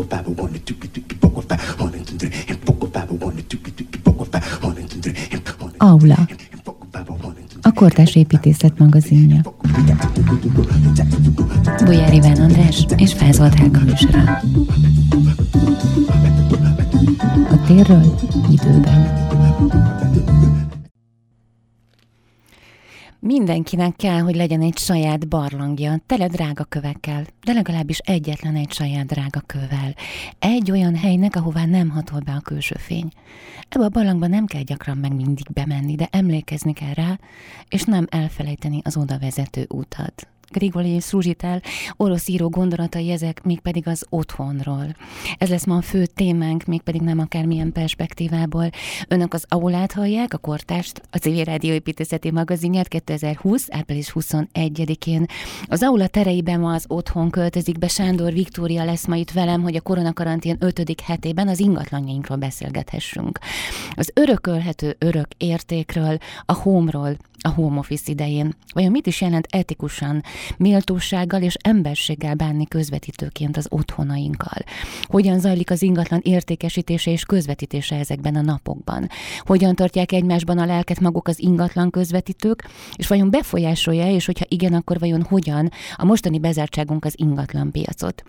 Aula, a Kortárs Építészet magazinja. Bolyár Iván András és Fázolt Helga műsora. A térről időben. Mindenkinek kell, hogy legyen egy saját barlangja, tele drága kövekkel, de legalábbis egyetlen egy saját drága kővel. Egy olyan helynek, ahová nem hatol be a külső fény. Ebbe a barlangba nem kell gyakran meg mindig bemenni, de emlékezni kell rá, és nem elfelejteni az oda vezető utat. Grigolij Szruzsitel, orosz író gondolatai ezek, mégpedig az otthonról. Ez lesz ma a fő témánk, mégpedig nem akármilyen perspektívából. Önök az Aulát hallják, a Kortárst, a Civil Rádió építészeti magazinját 2020. április 21-én. Az Aula tereiben ma az otthon költözik be. Sándor Viktória lesz ma itt velem, hogy a koronakarantén 5. hetében az ingatlanjainkról beszélgethessünk. Az örökölhető örök értékről, a home-ról, a home office idején. Vajon mit is jelent etikusan, méltósággal és emberséggel bánni közvetítőként az otthonainkkal? Hogyan zajlik az ingatlan értékesítése és közvetítése ezekben a napokban? Hogyan tartják egymásban a lelket maguk az ingatlan közvetítők, és vajon befolyásolja, és hogyha igen, akkor vajon hogyan a mostani bezártságunk az ingatlan piacot?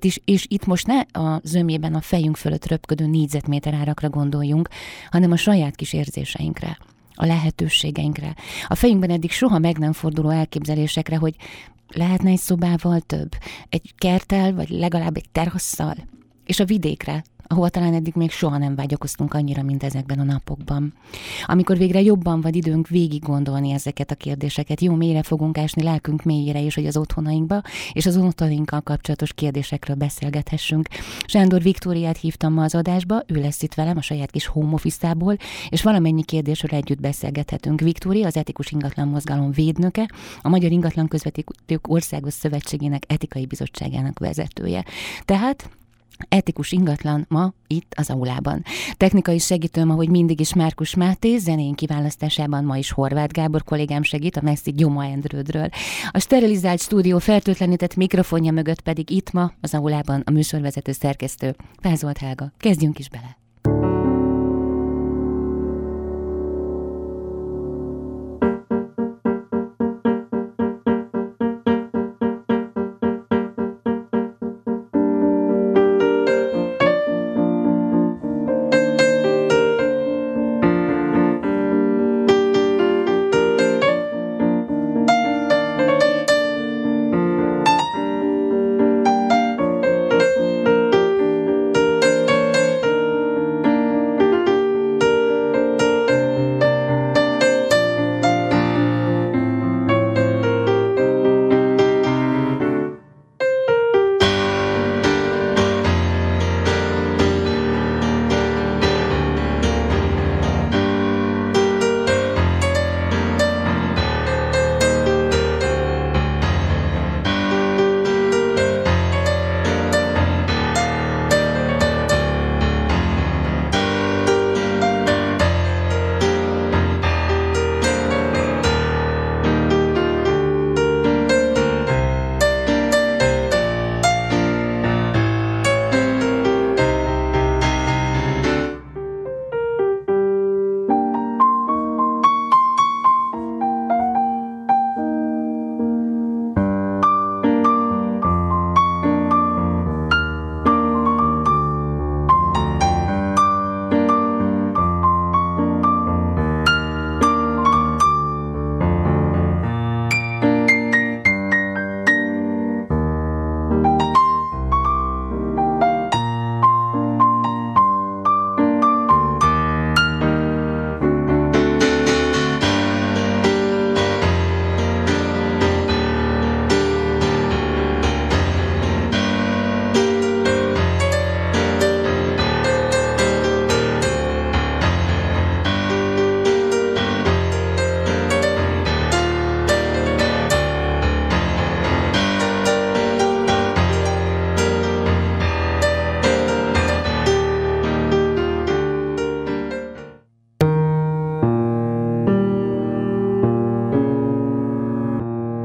Itt most ne a zömében a fejünk fölött röpködő négyzetméter árakra gondoljunk, hanem a saját kis érzéseinkre, a lehetőségeinkre, a fejünkben eddig soha meg nem forduló elképzelésekre, hogy lehetne egy szobával több, egy kerttel, vagy legalább egy terasszal, és a vidékre, ahova talán eddig még soha nem vágyakoztunk annyira, mint ezekben a napokban. Amikor végre jobban van időnk végig gondolni ezeket a kérdéseket, jó mélyre fogunk ásni lelkünk mélyére is, hogy az otthonainkba és az otthonainkkal kapcsolatos kérdésekről beszélgethessünk. Sándor Viktóriát hívtam ma az adásba, ő lesz itt velem a saját kis home office-ából, és valamennyi kérdésről együtt beszélgethetünk. Viktória az Etikus Ingatlan Mozgalom védnöke, a Magyar Ingatlan Közvetítők Országos Szövetségének etikai bizottságának vezetője. Tehát etikus ingatlan ma itt az Aulában. Technikai segítőm, ahogy mindig is, Márkus Máté, zenén kiválasztásában ma is Horváth Gábor kollégám segít a messzi Gyoma Endrődről. A sterilizált stúdió fertőtlenített mikrofonja mögött pedig itt ma az Aulában a műsorvezető szerkesztő Fázolt Helga. Kezdjünk is bele!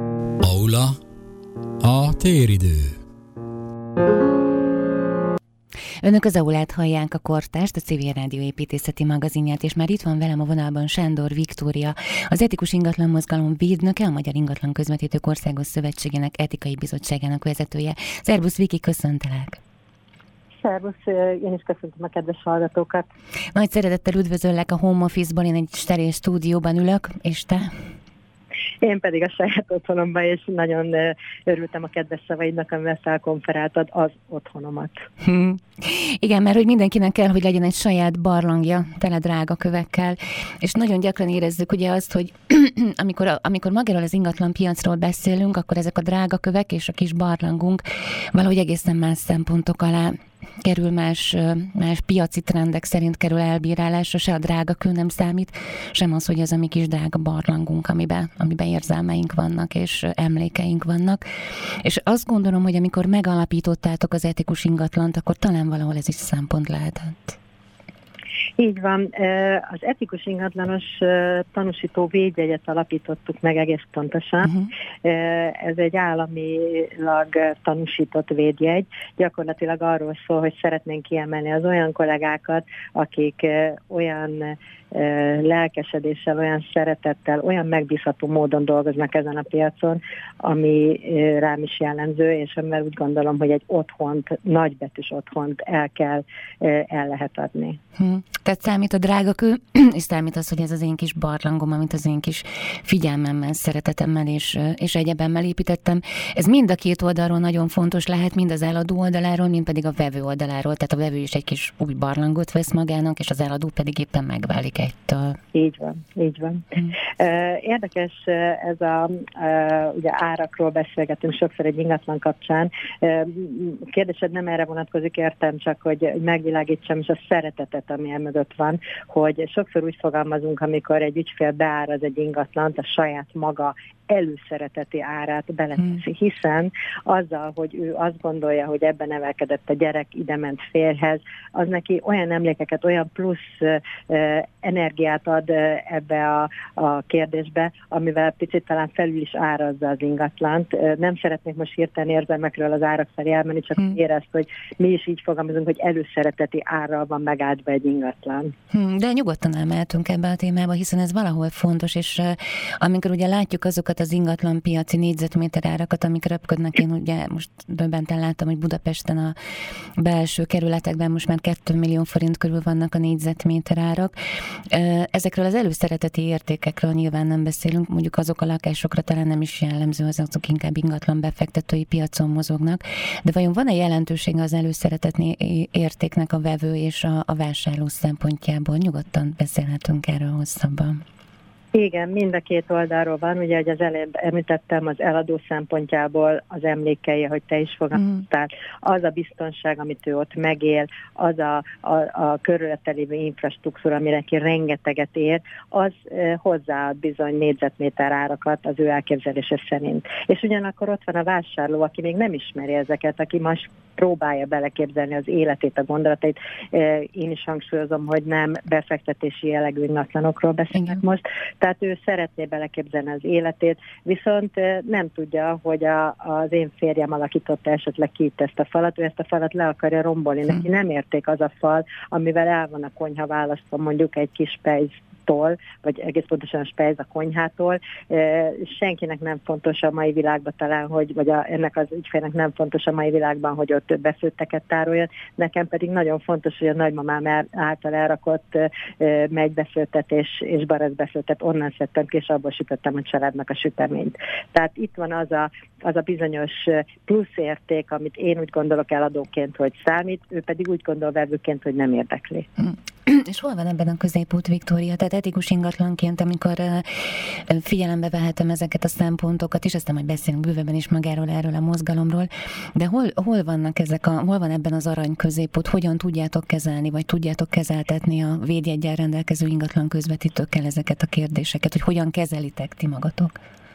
Téridő. Önök az Aulát hallják, a Kortást, a Civil Rádió építészeti magazinját, és már itt van velem a vonalban Sándor Viktória, az Etikus Ingatlan Mozgalom védnöke, a Magyar Ingatlan Közvetítők Országos Szövetségének etikai bizottságának vezetője. Szervusz, Viki, köszöntelek! Szervusz, én is köszöntöm a kedves hallgatókat! Nagy szeretettel üdvözöllek a Home Office-ból, én egy steril stúdióban ülök, és te? Én pedig a saját otthonomban, és nagyon örültem a kedves szavaidnak, amivel felkonferáltad az otthonomat. Igen, mert hogy mindenkinek kell, hogy legyen egy saját barlangja, tele drága kövekkel, és nagyon gyakran érezzük ugye azt, hogy amikor magáról az ingatlan piacról beszélünk, akkor ezek a drága kövek és a kis barlangunk valahogy egészen más szempontok alá kerül, más piaci trendek szerint kerül elbírálásra, se a drága kő nem számít, sem az, hogy az a mi kis drága barlangunk, amiben érzelmeink vannak és emlékeink vannak. És azt gondolom, hogy amikor megalapítottátok az etikus ingatlant, akkor talán valahol ez is szempont lehetett. Így van. Az etikus ingatlanos tanúsító védjegyet alapítottuk meg egész pontosan. Ez egy államilag tanúsított védjegy. Gyakorlatilag arról szól, hogy szeretnénk kiemelni az olyan kollégákat, akik olyan lelkesedéssel, olyan szeretettel, olyan megbízható módon dolgoznak ezen a piacon, ami rám is jellemző, és amivel úgy gondolom, hogy egy otthont, nagybetűs otthont el lehet adni. Tehát számít a drága kő, és számít az, hogy ez az én kis barlangom, amit az én kis figyelmemmel, szeretetemmel és egyebemmel építettem. Ez mind a két oldalról nagyon fontos lehet, mind az eladó oldaláról, mind pedig a vevő oldaláról. Tehát a vevő is egy kis új barlangot vesz magának, és az eladó pedig éppen megválik egytől. Így van, így van. Érdekes ez ugye árakról beszélgetünk sokszor egy ingatlan kapcsán. Kérdésed nem erre vonatkozik, értem, csak hogy megvilágítsam is a szeretetet, ami mögött van, hogy sokszor úgy fogalmazunk, amikor egy ügyfél beáraz egy ingatlant, a saját maga előszereteti árát beleteszi, hiszen azzal, hogy ő azt gondolja, hogy ebben nevelkedett a gyerek, ide ment férjhez, az neki olyan emlékeket, olyan plusz energiát ad ebbe a kérdésbe, amivel picit talán felül is árazza az ingatlant. Nem szeretnék most hirtelen érzelmekről az árak felé elmenni, csak érezt, hogy mi is így fogalmazunk, hogy előszereteti árral van megáldva egy ingatlan. De nyugodtan elmehetünk ebbe a témába, hiszen ez valahol fontos, és amikor ugye látjuk azokat az ingatlan piaci négyzetméter árakat, amik röpködnek, én ugye most döbbenten láttam, hogy Budapesten a belső kerületekben most már 2 millió forint körül vannak a négyzetméter árak. Ezekről az előszereteti értékekről nyilván nem beszélünk, mondjuk azok a lakásokra talán nem is jellemző, azok inkább ingatlan befektetői piacon mozognak, de vajon van-e jelentősége az előszeretetni értéknek a vevő és a vásárló szempontjából? Nyugodtan beszélhetünk erről hosszabban. Igen, mind a két oldalról van, ugye, hogy az előbb említettem, az eladó szempontjából az emlékei, hogy te is fogalmaztál, az a biztonság, amit ő ott megél, az a körülötte lévő infrastruktúra, amire neki rengeteget ér, az hozzáad bizony négyzetméter árakat az ő elképzelése szerint. És ugyanakkor ott van a vásárló, aki még nem ismeri ezeket, aki most próbálja beleképzelni az életét, a gondolatait. Én is hangsúlyozom, hogy nem befektetési jellegű ingatlanokról beszélnek most, tehát ő szeretné beleképzelni az életét, viszont nem tudja, hogy az én férjem alakította esetleg ki itt ezt a falat, ő ezt a falat le akarja rombolni. Neki nem érték az a fal, amivel el van a konyha választva mondjuk egy kis pejztól, vagy egész pontosan a spejz a konyhától. Senkinek nem fontos a mai világban talán, vagy ennek az ügyfélnek nem fontos a mai világban, hogy ott befőtteket tároljon. Nekem pedig nagyon fontos, hogy a nagymamám által elrakott megybefőttet és barackbefőttet onnan szedtem ki, és abból sütöttem a családnak a süteményt. Tehát itt van az a bizonyos plusz érték, amit én úgy gondolok eladóként, hogy számít, ő pedig úgy gondol vevőként, hogy nem érdekli. És hol van ebben a középút, Viktória? Tehát etikus ingatlanként, amikor figyelembe vehetem ezeket a szempontokat, és aztán majd beszélünk bővebben is magáról, erről a mozgalomról, de hol vannak hol van ebben az arany középút? Hogyan tudjátok kezelni, vagy tudjátok kezeltetni a védjeggyel rendelkező ingatlan közvetítőkkel ezeket a kérdéseket, hogy hogyan kezelitek ti magatok?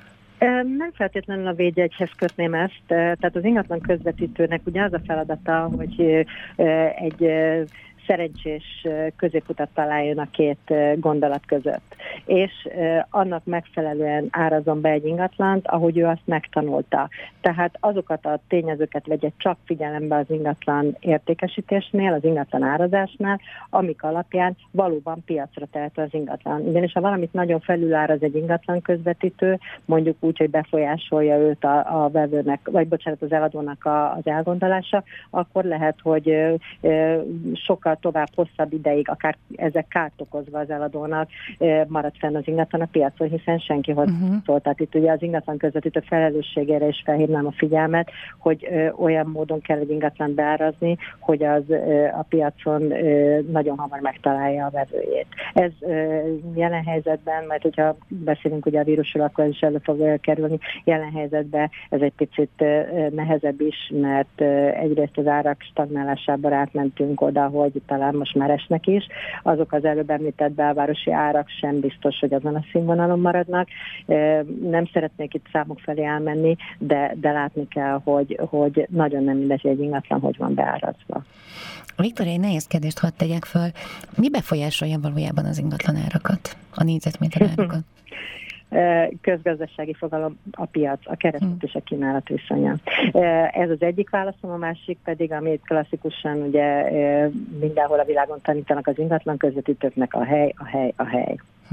Nem feltétlenül a védjegyhez kötném ezt, tehát az ingatlan közvetítőnek ugye az a feladata, hogy egy szerencsés középutat találjon a két gondolat között. És annak megfelelően árazom be egy ingatlant, ahogy ő azt megtanulta. Tehát azokat a tényezőket vegye csak figyelembe az ingatlan értékesítésnél, az ingatlan árazásnál, amik alapján valóban piacra tehető az ingatlan. Ugyanis ha valamit nagyon felüláraz egy ingatlan közvetítő, mondjuk úgy, hogy befolyásolja őt a vevőnek, vagy bocsánat, az eladónak az elgondolása, akkor lehet, hogy sokkal tovább, hosszabb ideig, akár ezek kárt okozva az eladónak marad fenn az ingatlan a piacon, hiszen senkihoz szólt. Tehát itt ugye az ingatlan közvetítő felelősségére is felhívnám a figyelmet, hogy olyan módon kell egy ingatlan beárazni, hogy az a piacon nagyon hamar megtalálja a vevőjét. Ez jelen helyzetben, mert hogyha beszélünk ugye a vírusról, akkor ez is elő fog kerülni, jelen helyzetben ez egy picit nehezebb is, mert egyrészt az árak stagnálásába átmentünk oda, hogy talán most már esnek is. Azok az előbb említett belvárosi árak sem biztos, hogy azon a színvonalon maradnak. Nem szeretnék itt számok felé elmenni, de látni kell, hogy nagyon nem mindegy, hogy egy ingatlan hogy van beárazva. Viktória, egy nehéz kérdést hadd tegyek föl. Mi befolyásolja valójában az ingatlan árakat, a négyzetméter árakat? Közgazdasági fogalom a piac, a kereslet és a kínálat viszonya. Ez az egyik válaszom, a másik pedig, amit klasszikusan ugye mindenhol a világon tanítanak az ingatlan közvetítőknek, a hely.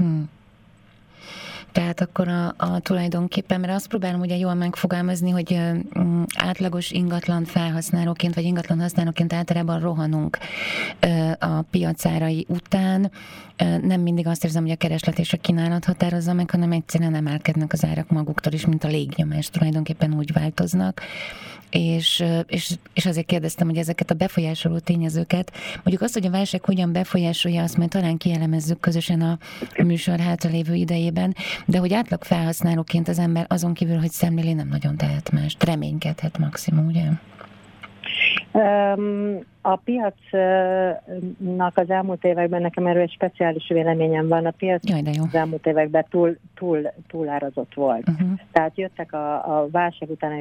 Tehát akkor a tulajdonképpen, mert azt próbálom ugye jól megfogalmazni, hogy átlagos ingatlan felhasználóként, vagy ingatlan használóként általában rohanunk a piacárai után. Nem mindig azt érzem, hogy a kereslet és a kínálat határozza meg, hanem egyszerűen emelkednek az árak maguktól is, mint a légnyomás, tulajdonképpen úgy változnak. És azért kérdeztem, hogy ezeket a befolyásoló tényezőket, mondjuk azt, hogy a válság hogyan befolyásolja, azt majd talán kielemezzük közösen a műsor hátralévő idejében, de hogy átlag felhasználóként az ember azon kívül, hogy szemléli, nem nagyon tehet mást, reménykedhet maximum, ugye? A piacnak az elmúlt években, nekem erről egy speciális véleményem van, a piac az elmúlt években túlárazott volt. Tehát jöttek a válság után,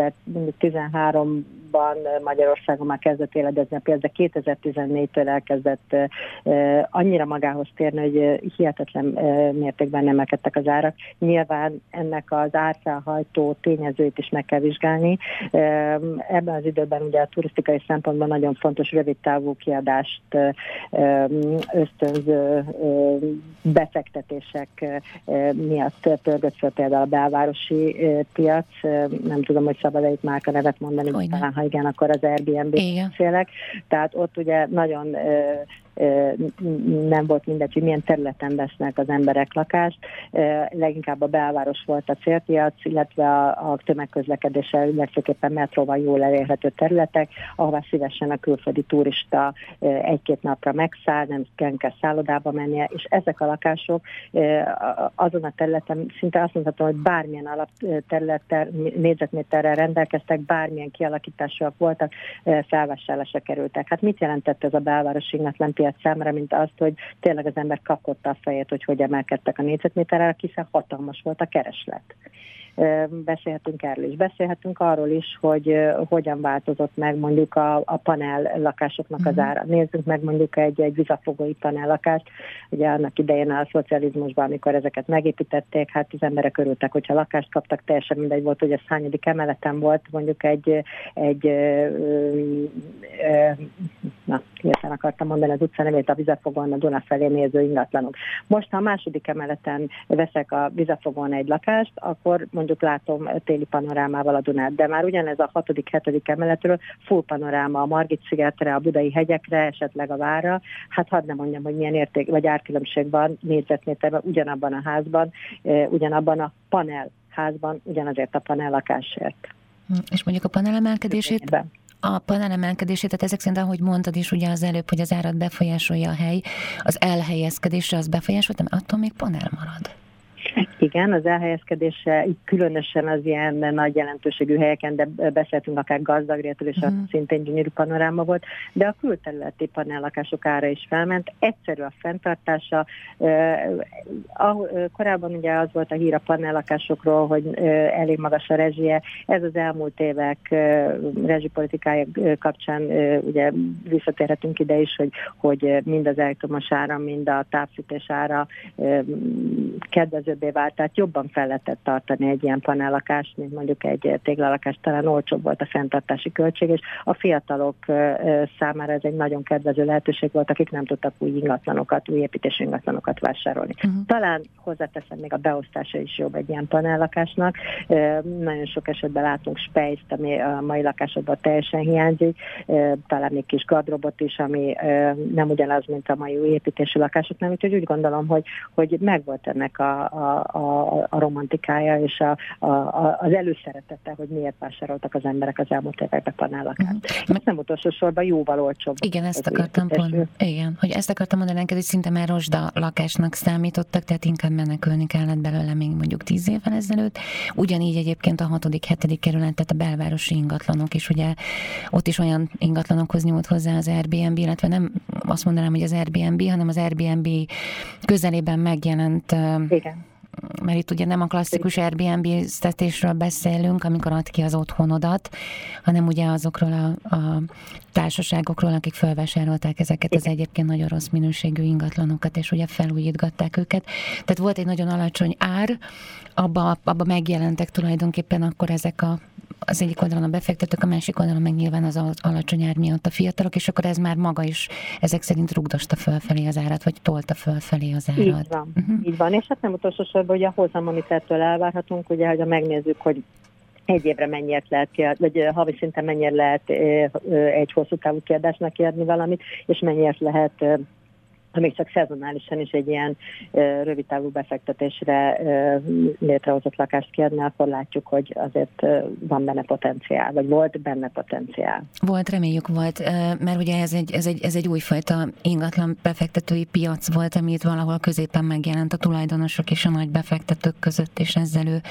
2013-ban Magyarországon már kezdett éledezni a piac, de 2014-től elkezdett annyira magához térni, hogy hihetetlen mértékben emelkedtek az árak. Nyilván ennek az árfelhajtó tényezőit is meg kell vizsgálni. Ebben az időben ugye a turisztikai szempontból nagyon fontos rövidtávú kiadást ösztönző befektetések miatt pörgött fel például a belvárosi piac. Nem tudom, hogy szabad-e itt márkanevet mondani, talán ha igen, akkor az Airbnb beszélek. Tehát ott ugye nagyon nem volt mindegy, hogy milyen területen vesznek az emberek lakást. Leginkább a belváros volt a célpiac, illetve a tömegközlekedéssel, legfőképpen metróval jól elérhető területek, ahová szívesen a külföldi turista egy-két napra megszáll, nem kell szállodába mennie, és ezek a lakások azon a területen szinte azt mondhatom, hogy bármilyen alapterülettel, négyzetméterrel rendelkeztek, bármilyen kialakításúak voltak, felvásárlásra kerültek. Hát mit jelentett ez a belvárosi ingatlan piac számára, mint azt, hogy tényleg az ember kapkodta a fejét, hogy emelkedtek a négyzetméterrel, hiszen hatalmas volt a kereslet. Beszélhetünk erről is. Beszélhetünk arról is, hogy hogyan változott meg mondjuk a panel lakásoknak az ára. Nézzünk meg mondjuk egy vizafogói panel lakást. Ugye annak idején a szocializmusban, amikor ezeket megépítették, hát az emberek örültek, hogyha lakást kaptak, teljesen mindegy volt, hogy ez hányadik emeleten volt, mondjuk hirtelen akartam mondani az utcanevét, a Vizafogon, a Duna felé néző ingatlanok. Most, ha a második emeleten veszek a Vizafogon egy lakást, akkor mondjuk látom téli panorámával a Dunát, de már ugyanez a 6.-7. emeletről full panoráma a Margit-szigetre, a Budai hegyekre, esetleg a Várra. Hát hadd nem mondjam, hogy milyen érték vagy árkülönbség van négyzetméterben, ugyanabban a házban, ugyanabban a panelházban, ugyanazért a panel lakásért. És mondjuk a panelemelkedését, tehát ezek szerint, ahogy mondtad is ugye az előbb, hogy az árat befolyásolja a hely, az elhelyezkedésre az befolyásolta, mert attól még panel marad. Igen, az elhelyezkedése különösen az ilyen nagy jelentőségű helyeken, de beszéltünk akár Gazdagrétől, és szintén gyönyörű panoráma volt, de a külterületi panellakások ára is felment. Egyszerű a fenntartása. Korábban ugye az volt a hír a panellakásokról, hogy elég magas a rezsie. Ez az elmúlt évek rezsipolitikája kapcsán ugye visszatérhetünk ide is, hogy mind az elektromos ára, mind a távfűtés ára kedvezőbbé vált, tehát jobban fel lehetett tartani egy ilyen panellakást, mint mondjuk egy téglalakás, talán olcsóbb volt a fenntartási költség, és a fiatalok számára ez egy nagyon kedvező lehetőség volt, akik nem tudtak új építési ingatlanokat vásárolni. Talán hozzáteszem, még a beosztása is jobb egy ilyen panellakásnak. Nagyon sok esetben látunk spejzt, ami a mai lakásokban teljesen hiányzik, talán még kis gardrobot is, ami nem ugyanaz, mint a mai új építési lakásoknál, úgyhogy úgy gondolom, hogy megvolt ennek a romantikája és az előszeretete, hogy miért vásároltak az emberek az elmúlt években panellakást. Most nem utolsó sorban jóval olcsóbb. Igen, ezt akartam mondani neked, hogy szinte már rozsda lakásnak számítottak, tehát inkább menekülni kellett belőle még mondjuk 10 évvel ezelőtt. Ugyanígy egyébként a 6.-7. kerület, tehát a belvárosi ingatlanok is, ugye ott is olyan ingatlanokhoz nyúlt hozzá az Airbnb, illetve nem azt mondanám, hogy az Airbnb, hanem az Airbnb közelében megjelent. Igen. Mert itt ugye nem a klasszikus Airbnb-ztetésről beszélünk, amikor ad ki az otthonodat, hanem ugye azokról a társaságokról, akik felvásárolták ezeket az egyébként nagyon rossz minőségű ingatlanokat, és ugye felújítgatták őket. Tehát volt egy nagyon alacsony ár, abba megjelentek tulajdonképpen akkor ezek az egyik oldalon a befektetők, a másik oldalon meg nyilván az alacsony ár miatt a fiatalok, és akkor ez már maga is ezek szerint rugdosta fölfelé az árat, vagy tolta fölfelé az árat. Így van, és hát nem utolsó sorban ugye a hozam, amit ettől elvárhatunk, ugye, hogy megnézzük, hogy egy évre mennyiért lehet, vagy havi szinten mennyire lehet egy hosszú távú kiadásnak kiadni valamit, és mennyiért lehet ha még csak szezonálisan is egy ilyen rövidtávú befektetésre létrehozott lakást kiadni, akkor látjuk, hogy azért van benne potenciál, vagy volt benne potenciál. Volt, reméljük volt, mert ugye ez egy újfajta ingatlan befektetői piac volt, ami itt valahol középen megjelent a tulajdonosok és a nagy befektetők között, és ezzel ő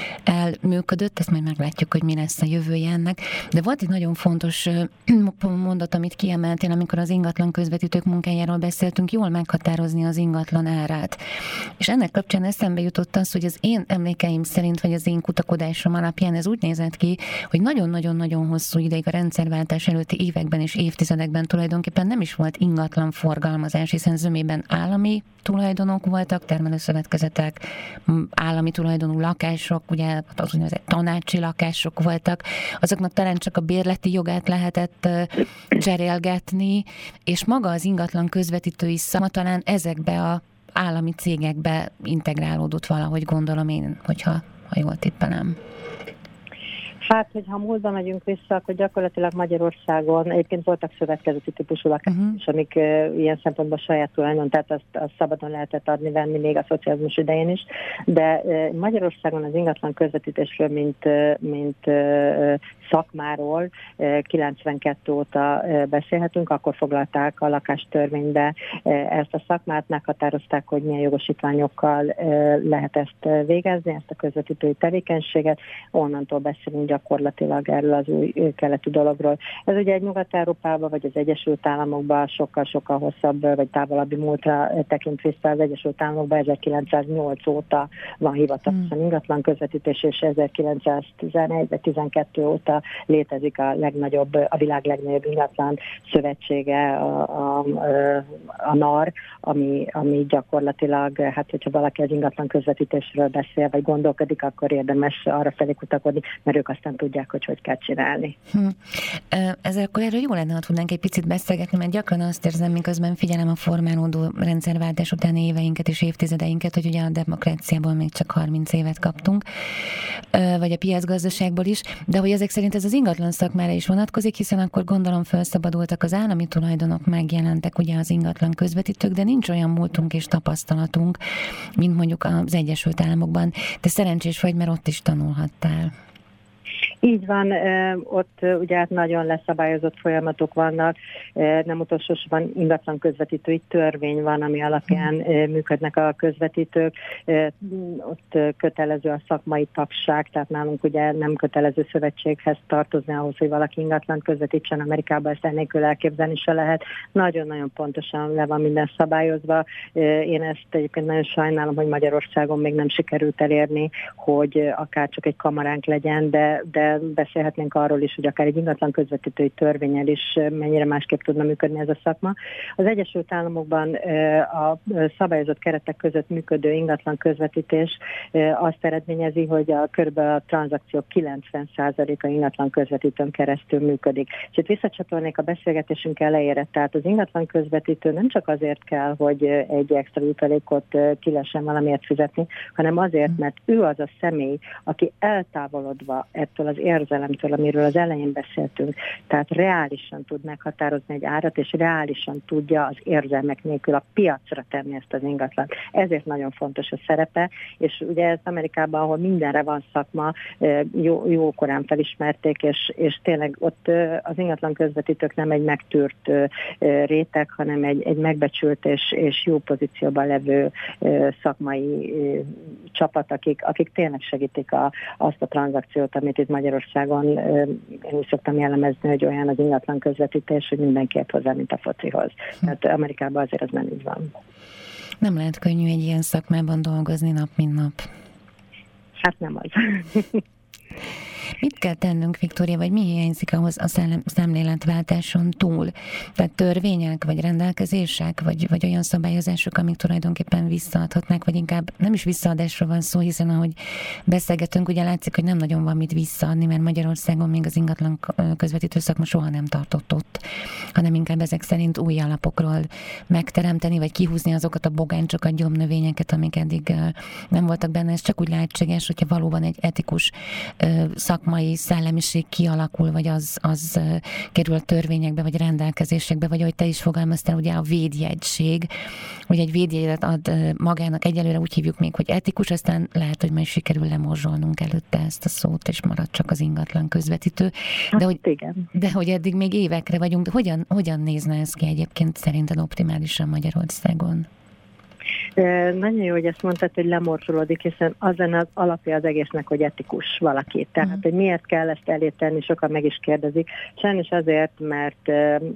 elműködött, ezt majd meglátjuk, hogy mi lesz a jövője ennek. De volt egy nagyon fontos mondat, amit kiemeltél, amikor az ingatlan közvetítők munkájáról beszéltünk, jól meghatározni az ingatlan árát. És ennek kapcsán eszembe jutott az, hogy az én emlékeim szerint, vagy az én kutakodásom alapján ez úgy nézett ki, hogy nagyon-nagyon-nagyon hosszú ideig a rendszerváltás előtti években és évtizedekben tulajdonképpen nem is volt ingatlan forgalmazás, hiszen zömében állami tulajdonok voltak, termelőszövetkezetek, állami tulajdonú lakások, ugye az úgynevezett tanácsi lakások voltak, azoknak talán csak a bérleti jogát lehetett cserélgetni, és maga az ingatlan közvetítői szama talán ezekbe az állami cégekbe integrálódott valahogy, gondolom én, hogyha jól tippelem. Hát, hogyha múltba megyünk vissza, akkor gyakorlatilag Magyarországon egyébként voltak szövetkezeti típusú lakások is, amik ilyen szempontból saját tulajdonon, tehát azt szabadon lehetett adni-venni még a szocializmus idején is, de Magyarországon az ingatlan közvetítésről, mint szakmáról 92 óta beszélhetünk, akkor foglalták a lakástörvénybe ezt a szakmát, meghatározták, hogy milyen jogosítványokkal lehet ezt végezni, ezt a közvetítői tevékenységet, onnantól beszélünk gyakorlatilag erről az új keleti dologról. Ez ugye egy Nyugat-Európában vagy az Egyesült Államokban sokkal hosszabb vagy távolabbi múltra tekint vissza. Az Egyesült Államokban 1908 óta van hivatalosan ingatlan közvetítés, és 1911 vagy 12 óta létezik a világ legnagyobb ingatlan szövetsége, a NAR, ami gyakorlatilag, hát hogyha valaki az ingatlan közvetítésről beszél, vagy gondolkodik, akkor érdemes arra felé kutakodni, mert ők aztán tudják, hogy kell csinálni. Ezzel akkor erről jó lenne, ha tudnánk egy picit beszélgetni, mert gyakran azt érzem, miközben figyelem a formálódó rendszerváltás utáni éveinket és évtizedeinket, hogy ugye a demokráciából még csak 30 évet kaptunk, vagy a piacgazdaságból is, de hogy ezek szerint ez az ingatlan szakmára is vonatkozik, hiszen akkor gondolom felszabadultak az állami tulajdonok, megjelentek ugye az ingatlan közvetítők, de nincs olyan múltunk és tapasztalatunk, mint mondjuk az Egyesült Államokban. Te szerencsés vagy, mert ott is tanulhattál. Így van, ott ugye hát nagyon leszabályozott folyamatok vannak, nem utolsósorban ingatlan közvetítői törvény van, ami alapján működnek a közvetítők, ott kötelező a szakmai tagság, tehát nálunk ugye nem kötelező szövetséghez tartozni ahhoz, hogy valaki ingatlan közvetítsen. Amerikában ezt ennélkül elképzelni se lehet. Nagyon-nagyon pontosan le van minden szabályozva. Én ezt egyébként nagyon sajnálom, hogy Magyarországon még nem sikerült elérni, hogy akár csak egy kamaránk legyen, de beszélhetnénk arról is, hogy akár egy ingatlan közvetítői törvénnyel is mennyire másképp tudna működni ez a szakma. Az Egyesült Államokban a szabályozott keretek között működő ingatlan közvetítés azt eredményezi, hogy körülbelül a tranzakciók 90%-a ingatlan közvetítőn keresztül működik. És itt visszacsatolnék a beszélgetésünk elejére, tehát az ingatlan közvetítő nem csak azért kell, hogy egy extra jutalékot ki lehessen valamiért fizetni, hanem azért, mert ő az a személy, aki eltávolodva ettől az érzelemtől, amiről az elején beszéltünk, tehát reálisan tud meghatározni egy árat, és reálisan tudja az érzelmek nélkül a piacra tenni ezt az ingatlant. Ezért nagyon fontos a szerepe, és ugye ez Amerikában, ahol mindenre van szakma, jókorán felismerték, és tényleg ott az ingatlan közvetítők nem egy megtűrt réteg, hanem egy megbecsült és jó pozícióban levő szakmai csapat, akik tényleg segítik azt a tranzakciót, amit itt Magyarországon én úgy szoktam jellemezni, hogy olyan az ingatlan közvetítés, hogy mindenki ért hozzá, mint a focihoz. Tehát Amerikában azért ez nem így van. Nem lehet könnyű egy ilyen szakmában dolgozni nap, mint nap. Hát nem az. Mit kell tennünk, Viktória, vagy mi hiányzik ahhoz a szemléletváltáson túl? Tehát törvények, vagy rendelkezések, vagy olyan szabályozások, amik tulajdonképpen visszaadhatnak, vagy inkább nem is visszaadásról van szó, hiszen ahogy beszélgetünk, ugye látszik, hogy nem nagyon van mit visszaadni, mert Magyarországon még az ingatlan közvetítő szakma soha nem tartott ott, hanem inkább ezek szerint új alapokról megteremteni, vagy kihúzni azokat a bogáncsokat, gyomnövényeket, amik eddig nem voltak benne. Ez csak úgy lehetséges, hogyha valóban egy etikus szakmai szellemiség kialakul, vagy az kerül a törvényekbe, vagy rendelkezésekbe, vagy ahogy te is fogalmaztál, ugye a védjegység, hogy egy védjegyet ad magának, egyelőre úgy hívjuk még, hogy etikus, aztán lehet, hogy majd sikerül lemorzsolnunk előtte ezt a szót, és marad csak az ingatlan közvetítő. De hogy eddig még évekre vagyunk, hogyan nézne ez ki egyébként szerinted optimálisan Magyarországon? Nagyon jó, hogy ezt mondtad, hogy lemorzsolódik, hiszen az lenne az alapja az egésznek, hogy etikus valaki. Tehát, hogy miért kell ezt elé tenni, sokan meg is kérdezik. Sajnos azért, mert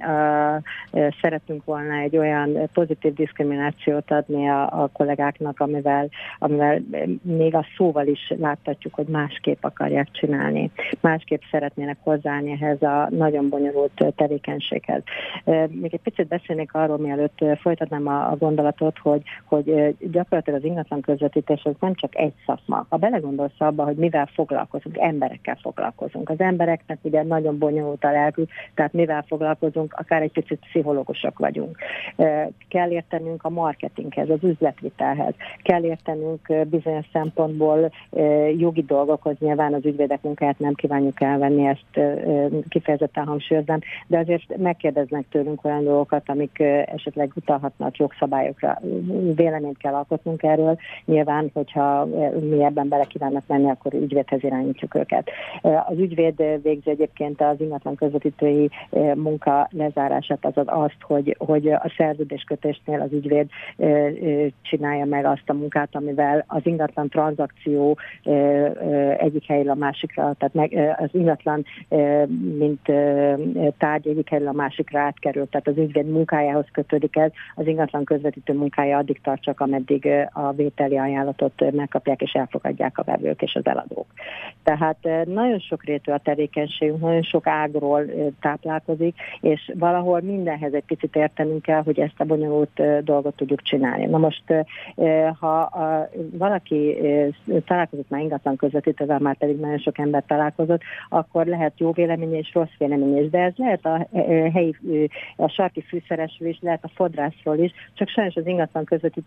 szeretünk volna egy olyan pozitív diszkriminációt adni a kollégáknak, amivel még a szóval is láthatjuk, hogy másképp akarják csinálni. Másképp szeretnének hozzáállni ehhez a nagyon bonyolult tevékenységhez. Még egy picit beszélnék arról, mielőtt folytatnám a gondolatot, hogy gyakorlatilag az ingatlan közvetítés az nem csak egy szakma. Ha belegondolsz abba, hogy mivel foglalkozunk, emberekkel foglalkozunk. Az embereknek ugye nagyon bonyolult a lelkük, tehát mivel foglalkozunk, akár egy picit pszichológusok vagyunk. Kell értenünk a marketinghez, az üzletvitelhez. Kell értenünk bizonyos szempontból jogi dolgokhoz, nyilván az ügyvédek munkáját nem kívánjuk elvenni, ezt kifejezetten hangsúlyoznám, de azért megkérdeznek tőlünk olyan dolgokat, amik esetleg utalhatnak jogszabályokra. Véleményt kell alkotnunk erről. Nyilván, hogyha mi ebben bele kívánnak menni, akkor ügyvédhez irányítjuk őket. Az ügyvéd végzi egyébként az ingatlan közvetítői munka lezárását, azaz azt, hogy a szerződéskötésnél az ügyvéd csinálja meg azt a munkát, amivel az ingatlan tranzakció egyik helyről a másikra, tehát az ingatlan mint tárgy egyik helyről a másikra átkerül, tehát az ügyvéd munkájához kötődik ez, az ingatlan közvetítő munkája addig tart csak, ameddig a vételi ajánlatot megkapják és elfogadják a vevők és az eladók. Tehát nagyon sokrétű a tevékenységünk, nagyon sok ágról táplálkozik, és valahol mindenhez egy picit értenünk kell, hogy ezt a bonyolult dolgot tudjuk csinálni. Na most, ha valaki találkozott már ingatlan közvetítővel, már pedig nagyon sok ember találkozott, akkor lehet jó véleménye és rossz véleménye is, de ez lehet a helyi, a sarki fűszeresről is, lehet a fodrászról is, csak sajnos az ingatlan közvetítő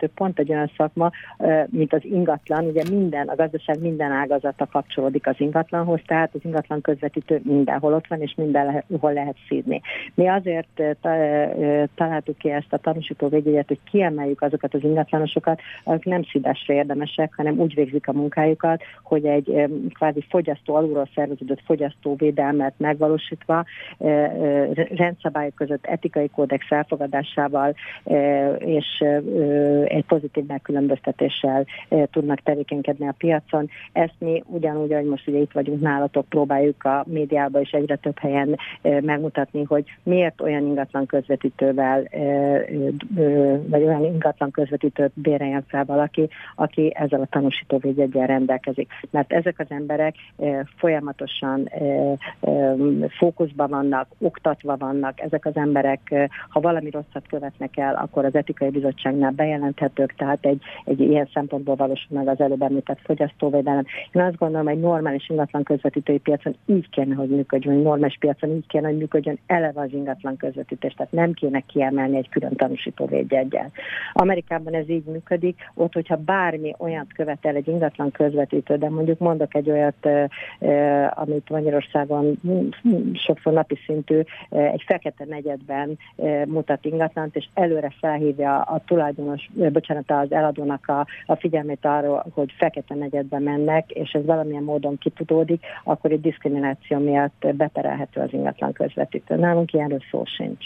közvetítő pont egy olyan szakma, mint az ingatlan, ugye a gazdaság minden ágazata kapcsolódik az ingatlanhoz, tehát az ingatlan közvetítő mindenhol ott van, és mindenhol lehet szídni. Mi azért találtuk ki ezt a tanúsító védjegyet, hogy kiemeljük azokat az ingatlanosokat, akik nem szídásra érdemesek, hanem úgy végzik a munkájukat, hogy egy kvázi alulról szerveződött fogyasztóvédelmet megvalósítva, rendszabályok között etikai kódex elfogadásával és egy pozitív megkülönböztetéssel tudnak tevékenykedni a piacon. Ezt mi ugyanúgy, ahogy most ugye itt vagyunk nálatok, próbáljuk a médiában is egyre több helyen megmutatni, hogy miért olyan ingatlan közvetítővel, vagy olyan ingatlan közvetítőt béreljen fel valaki, aki ezzel a tanúsítóvédjeggyel rendelkezik. Mert ezek az emberek folyamatosan fókuszban vannak, oktatva vannak, ezek az emberek, ha valami rosszat követnek el, akkor az etikai bizottságnál bejelenthetők, tehát egy ilyen szempontból valósul meg az előbb említett fogyasztóvédelem. Én azt gondolom, hogy normális ingatlan közvetítői piacon így kéne, hogy működjön, egy normális piacon így kéne, hogy működjön eleve az ingatlan közvetítés, tehát nem kéne kiemelni egy külön tanúsítóvédjeggyel. Amerikában ez így működik, ott, hogyha bármi olyat követel egy ingatlan közvetítő, de mondjuk mondok egy olyat, amit Magyarországon sokszor napi szintű, egy fekete negyedben mutat ingatlant, és előre felhívja a tulajdonos, az eladónak a figyelmét arról, hogy fekete negyedben mennek, és ez valamilyen módon kitudódik, akkor egy diszkrimináció miatt beperelhető az ingatlan közvetítő. Nálunk ilyenről szó sincs.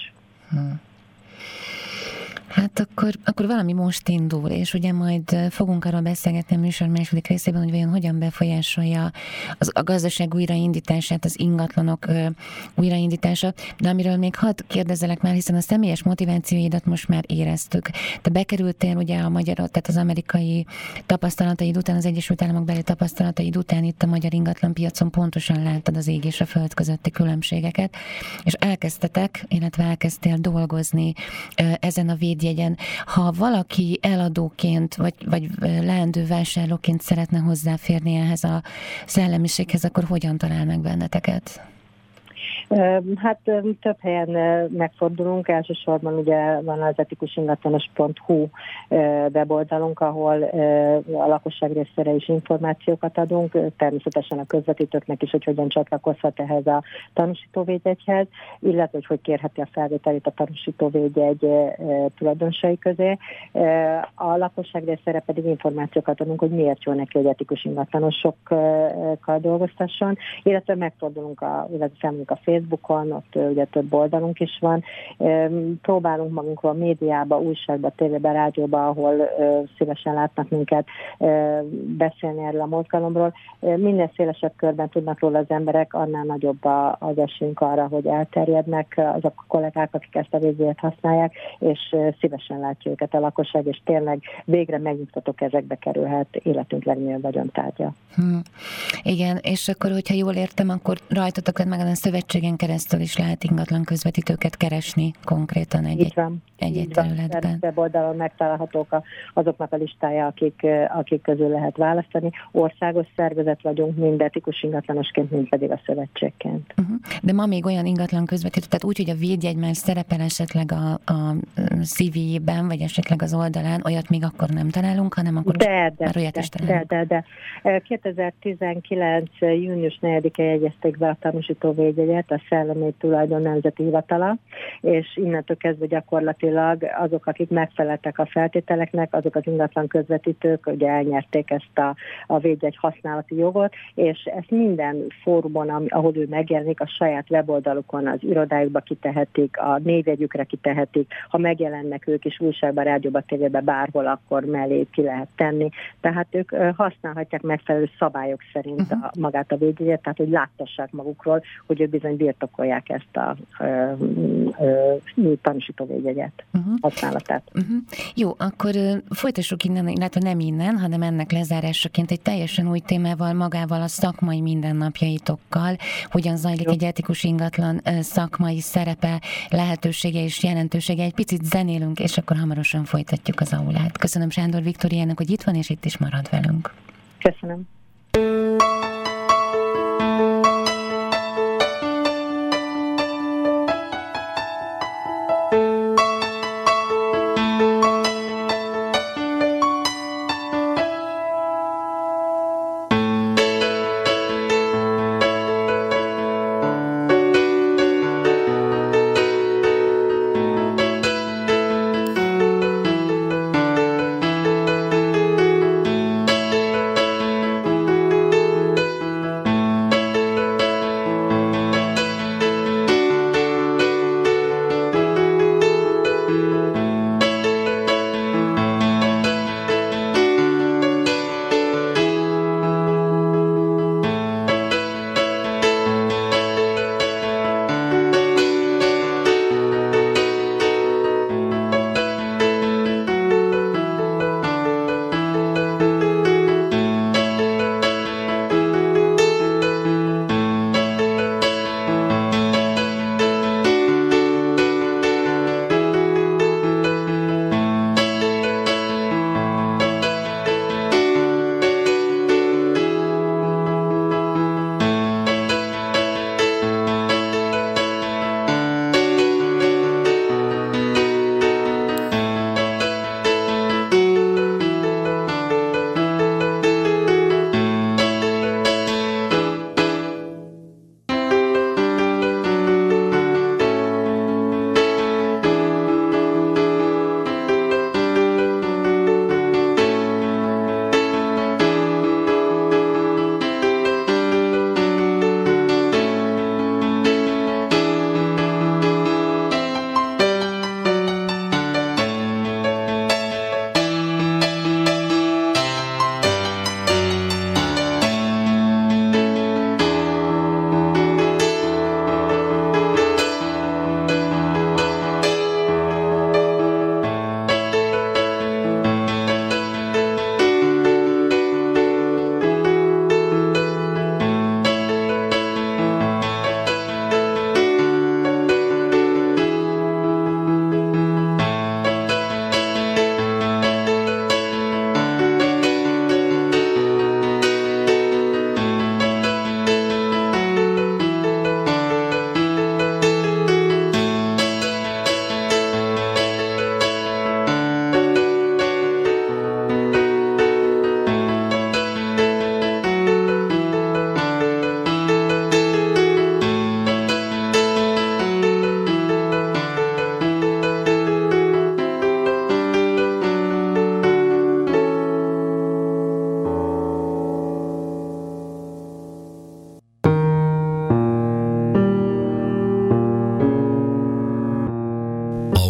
Hát akkor valami most indul, és ugye majd fogunk arról beszélgetni a műsor második részében, hogy vajon hogyan befolyásolja a gazdaság újraindítását, az ingatlanok újraindítása, de amiről még hadd kérdezzelek már, hiszen a személyes motivációidat most már éreztük. Te bekerültél ugye tehát az amerikai tapasztalataid után, az Egyesült Államok beli tapasztalataid után itt a magyar ingatlanpiacon pontosan láttad az ég és a föld közötti különbségeket, és elkezdtél dolgozni ezen a védjegyen. Ha valaki eladóként, vagy leendő vásárlóként szeretne hozzáférni ehhez a szellemiséghez, akkor hogyan talál meg benneteket? Hát több helyen megfordulunk, elsősorban ugye van az etikusingatlanos.hu weboldalunk, ahol a lakosság részére is információkat adunk, természetesen a közvetítőknek is, hogy hogyan csatlakozhat ehhez a tanúsítóvédjegyhez, illetve hogy kérheti a felvételét a tanúsítóvédjegy tulajdonosai közé. A lakosság részére pedig információkat adunk, hogy miért jó neki, hogy etikus ingatlanosokkal dolgoztasson, illetve megfordulunk a Facebookon, ott ugye több oldalunk is van. Próbálunk magunkról médiába, újságba, tévébe, rádióba, ahol szívesen látnak minket beszélni erről a mozgalomról. Minél szélesebb körben tudnak róla az emberek, annál nagyobb az esélyünk arra, hogy elterjednek azok a kollégák, akik ezt a védjegyet használják, és szívesen látja őket a lakosság, és tényleg végre megnyugtató kezekbe kerülhet életünk legnagyobb vagyontárgya. Igen, és akkor, hogyha jól értem, akkor rajtatok meg a szövetségen keresztül is lehet ingatlan közvetítőket keresni konkrétan egy területben. Weboldalon megtalálhatók azoknak a listája, akik közül lehet választani. Országos szervezet vagyunk, mind etikus ingatlanosként, mind pedig a szövetségként. De ma még olyan ingatlan közvetítő, tehát úgy, hogy a védjegy már szerepel esetleg a CV-ben, vagy esetleg az oldalán, olyat még akkor nem találunk, hanem akkor már olyat is találunk. De. 2019. június 4-e jegyezték be a tanúsító védjegyet, a Szellemi Tulajdon Nemzeti Hivatala, és innentől kezdve gyakorlatilag azok, akik megfeleltek a feltételeknek, azok az ingatlan közvetítők, ugye elnyerték ezt a védjegy használati jogot, és ezt minden fórumon, ahol ő megjelenik, a saját weboldalukon, az irodájukba kitehetik, a névjegyükre kitehetik, ha megjelennek ők is újságban, rádióban, tévében, bárhol, akkor mellé ki lehet tenni. Tehát ők használhatják megfelelő szabályok szerint magát a védjegyet, tehát hogy láttassák magukról, hogy ők bizony birtokolják ezt a tanúsítóvédjegyet használatát. Jó, akkor folytassuk innen, illetve nem innen, hanem ennek lezárásaként egy teljesen új témával, magával a szakmai mindennapjaitokkal, hogyan zajlik egy etikus ingatlan szakmai szerepe, lehetősége és jelentősége. Egy picit zenélünk, és akkor hamarosan folytatjuk az aulát. Köszönöm Sándor Viktóriának, hogy itt van, és itt is marad velünk. Köszönöm.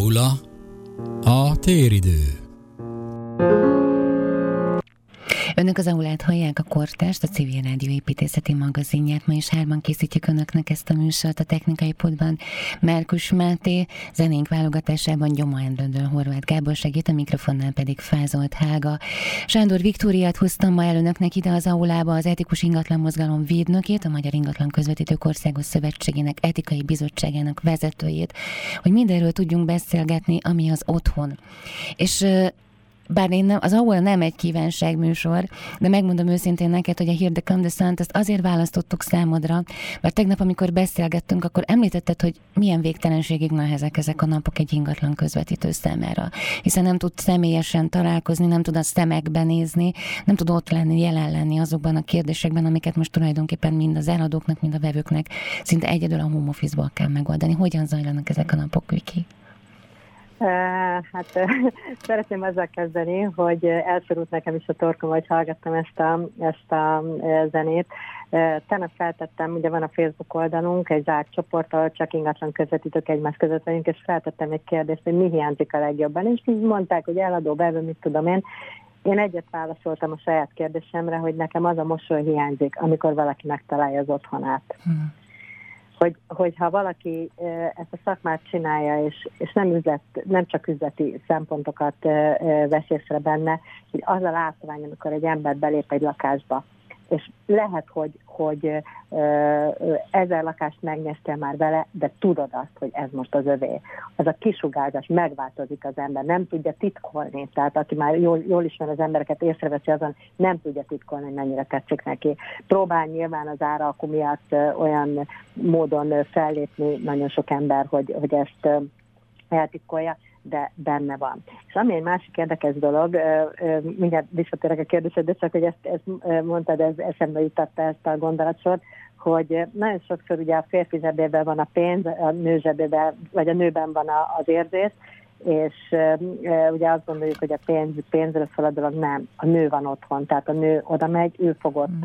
Aula, a téridő. Önök az Aulát hallják, a Kortást, a Civil Rádió építészeti magazinját. Ma is 3 készítjük önöknek ezt a műsort, a technikai podban Márkus Máté, zenénk válogatásában Gyoma Endröndől Horváth Gábor segít, a mikrofonnál pedig Fázolt Hága. Sándor Viktóriát hoztam ma el önöknek ide az Aulába, az Etikus Ingatlan Mozgalom védnökét, a Magyar Ingatlan Közvetítők Országos Szövetségének etikai bizottságának vezetőjét, hogy mindenről tudjunk beszélgetni, ami az otthon. És bár az Aula nem egy kívánságműsor, de megmondom őszintén neked, hogy a Here They Come the Sun-t ezt azért választottuk számodra, mert tegnap, amikor beszélgettünk, akkor említetted, hogy milyen végtelenségig nehezek ezek a napok egy ingatlan közvetítő számára. Hiszen nem tud személyesen találkozni, nem tud a szemekbe nézni, nem tud ott lenni, jelen lenni azokban a kérdésekben, amiket most tulajdonképpen mind az eladóknak, mind a vevőknek szinte egyedül a home office-ból kell megoldani. Hogyan zajlanak ezek a napok, Viki? Hát szeretném azzal kezdeni, hogy elszorult nekem is a torkom, hogy hallgattam ezt a zenét. Tegnap feltettem, ugye van a Facebook oldalunk, egy zárt csoport, ahol csak ingatlan közvetítők egymás között vagyunk, és feltettem egy kérdést, hogy mi hiányzik a legjobban. És így mondták, hogy eladó, vevő, mit tudom én. Én egyet válaszoltam a saját kérdésemre, hogy nekem az a mosoly hiányzik, amikor valaki megtalálja az otthonát. Hogyha valaki ezt a szakmát csinálja, és nem csak üzleti szempontokat vesz észre benne, hogy az a látvány, amikor egy ember belép egy lakásba, és lehet, hogy 1000 lakást megnyertél már vele, de tudod azt, hogy ez most az övé. Az a kisugárzás, megváltozik az ember, nem tudja titkolni. Tehát aki már jól ismer az embereket, észreveszi azon, nem tudja titkolni, hogy mennyire tetszik neki. Próbál nyilván az áralkú miatt olyan módon fellépni nagyon sok ember, hogy ezt eltitkolja, de benne van. És ami egy másik érdekes dolog, mindjárt visszatérek a kérdésed, de csak, hogy ezt mondtad, ez eszembe jutotta ezt a gondolatsort, hogy nagyon sokszor ugye a férfi zsebében van a pénz, a nő zsebében, vagy a nőben van az érzés, és ugye azt gondoljuk, hogy a pénzről szól a dolog, nem. A nő van otthon, tehát a nő oda megy, ő fog ott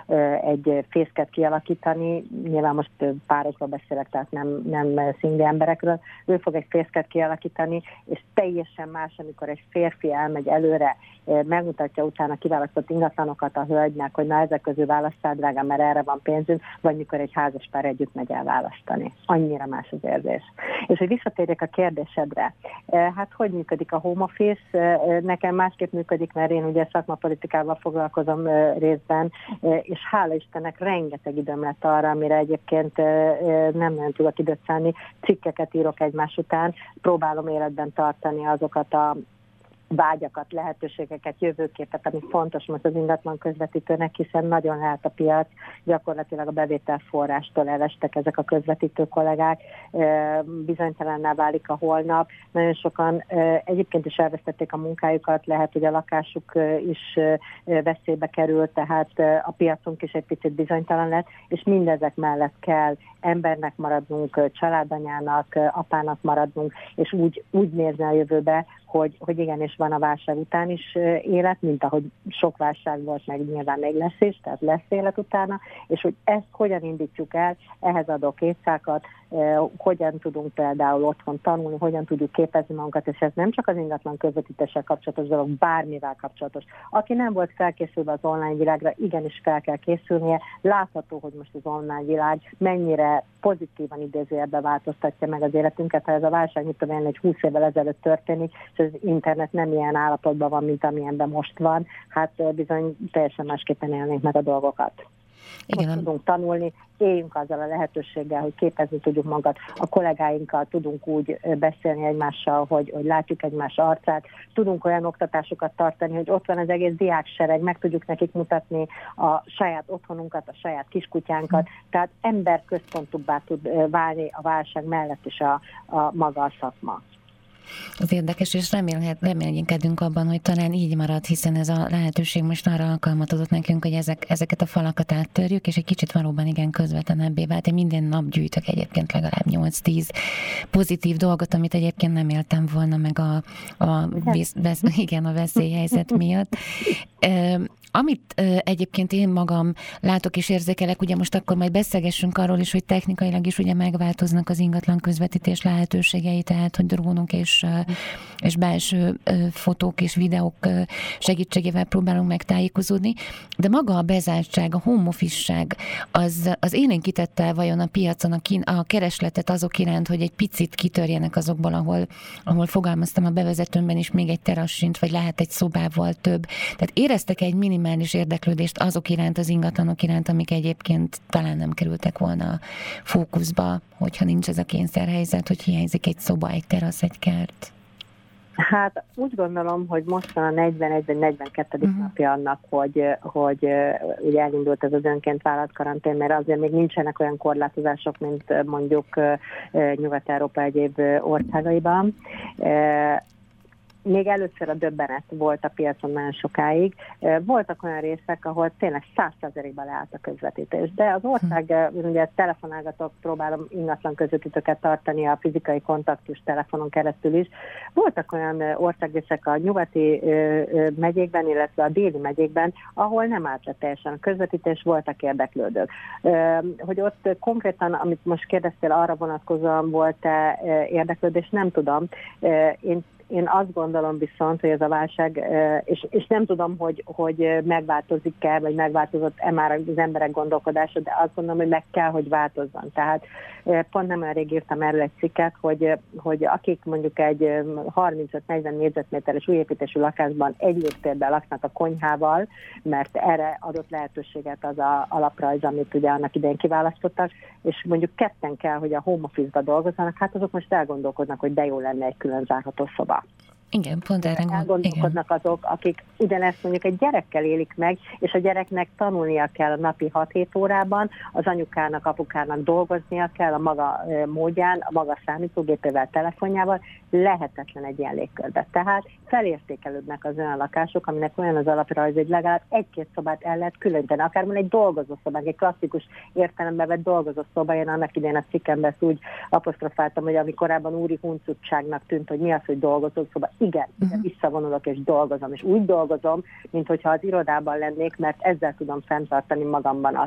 egy fészket kialakítani, nyilván most párokról beszélek, tehát nem szingli emberekről, ő fog egy fészket kialakítani, és teljesen más, amikor egy férfi elmegy előre, megmutatja utána kiválasztott ingatlanokat a hölgynek, hogy na ezek közül válasszál, drágám, mert erre van pénzünk, vagy mikor egy házaspár együtt megy el választani. Annyira más az érzés. És hogy visszatérjek a kérdésedre, hát hogy működik a home office? Nekem másképp működik, mert én ugye szakmapolitikával foglalkozom részben, és hála Istennek rengeteg időm lett arra, amire egyébként nem nagyon tudok időt szállni. Cikkeket írok egymás után, próbálom életben tartani azokat a vágyakat, lehetőségeket, jövőképet, ami fontos most az ingatlan közvetítőnek, hiszen nagyon lehet a piac, gyakorlatilag a bevételforrástól elestek ezek a közvetítő kollégák, bizonytalanná válik a holnap. Nagyon sokan egyébként is elvesztették a munkájukat, lehet, hogy a lakásuk is veszélybe került, tehát a piacunk is egy picit bizonytalan lett, és mindezek mellett kell embernek maradnunk, családanyának, apának maradnunk, és úgy nézni a jövőbe, hogy igenis van a válság után is élet, mint ahogy sok válság volt, meg nyilván még lesz is, tehát lesz élet utána, és hogy ezt hogyan indítjuk el, ehhez adok étszákat, hogyan tudunk például otthon tanulni, hogyan tudjuk képezni magunkat, és ez nem csak az ingatlan közvetítéssel kapcsolatos dolog, bármivel kapcsolatos. Aki nem volt felkészülve az online világra, igenis fel kell készülnie. Látható, hogy most az online világ mennyire pozitívan idézőjelben változtatja meg az életünket, ha ez a válság, mit tudom én, egy 20 évvel ezelőtt történik, és az internet nem ilyen állapotban van, mint amilyenben most van, hát bizony teljesen másképpen élnénk meg a dolgokat. Igen. Most tudunk tanulni, éljünk azzal a lehetőséggel, hogy képezni tudjuk magat, a kollégáinkkal tudunk úgy beszélni egymással, hogy látjuk egymás arcát, tudunk olyan oktatásokat tartani, hogy ott van az egész diáksereg, meg tudjuk nekik mutatni a saját otthonunkat, a saját kiskutyánkat, tehát emberközpontúbbá tud válni a válság mellett is a maga a szakma. Az érdekes, és reménykedünk abban, hogy talán így marad, hiszen ez a lehetőség most arra alkalmat adott nekünk, hogy ezeket a falakat áttörjük, és egy kicsit valóban igen közvetlenebbé vált. Én minden nap gyűjtök egyébként legalább 8-10 pozitív dolgot, amit egyébként nem éltem volna meg a veszélyhelyzet miatt. Amit egyébként én magam látok és érzékelek, ugye most akkor majd beszélgessünk arról is, hogy technikailag is ugye megváltoznak az ingatlan közvetítés lehetőségei, tehát hogy drónok és belső fotók és videók segítségével próbálunk megtájékozódni, de maga a bezártság, a home office-ság az élénkítette vajon a piacon a keresletet azok iránt, hogy egy picit kitörjenek azokból, ahol fogalmaztam a bevezetőmben is, még egy terasszint, vagy lehet egy szobával több. Tehát éreztek egy minimális érdeklődést azok iránt, az ingatlanok iránt, amik egyébként talán nem kerültek volna fókuszba, hogyha nincs ez a kényszerhelyzet, hogy hiányzik egy szoba, egy terasz, egy kert. Hát úgy gondolom, hogy most van a 41 vagy 42. napja annak, hogy ugye elindult ez az önként vállalt karantén, mert azért még nincsenek olyan korlátozások, mint mondjuk Nyugat-Európa egyéb országaiban. Még először a döbbenet volt a piacon nagyon sokáig. Voltak olyan részek, ahol tényleg 100%-ban leállt a közvetítés. De az ország, ugye telefonálgatok, próbálom ingatlan közvetítőket tartani a fizikai kontaktus telefonon keresztül is. Voltak olyan országrészek a nyugati megyékben, illetve a déli megyékben, ahol nem állt le teljesen a közvetítés, voltak érdeklődők. Hogy ott konkrétan, amit most kérdeztél, arra vonatkozóan volt-e érdeklődés, nem tudom. Én azt gondolom viszont, hogy ez a válság, és nem tudom, hogy megváltozik-e, vagy megváltozott-e már az emberek gondolkodása, de azt gondolom, hogy meg kell, hogy változzon. Tehát pont nem olyan rég írtam erről egy cikket, hogy akik mondjuk egy 35-40 négyzetméteres újépítésű lakásban egy léptérben laknak a konyhával, mert erre adott lehetőséget az a alaprajz, amit ugye annak idején kiválasztottak, és mondjuk ketten kell, hogy a home office-ba dolgozzanak, hát azok most elgondolkodnak, hogy de jó lenne egy külön zárható szoba. Igen, pont erre elgondolkodnak azok, akik ugyanezt mondjuk egy gyerekkel élik meg, és a gyereknek tanulnia kell a napi 6-7 órában, az anyukának, apukának dolgoznia kell a maga módján, a maga számítógépével, telefonjával, lehetetlen egy ilyen légkörbe. Tehát felértékelődnek az olyan lakások, aminek olyan az alaprajz, hogy legalább egy-két szobát el lehet különíteni, akár mondjuk egy dolgozószobák, egy klasszikus értelemben vett dolgozószoba. Én annak idején a cikkemben úgy apostrofáltam, hogy ami korábban úri huncutságnak tűnt, hogy mi az, hogy dolgozószoba. Igen, visszavonulok és dolgozom, és úgy dolgozom, mint hogyha az irodában lennék, mert ezzel tudom fenntartani magamban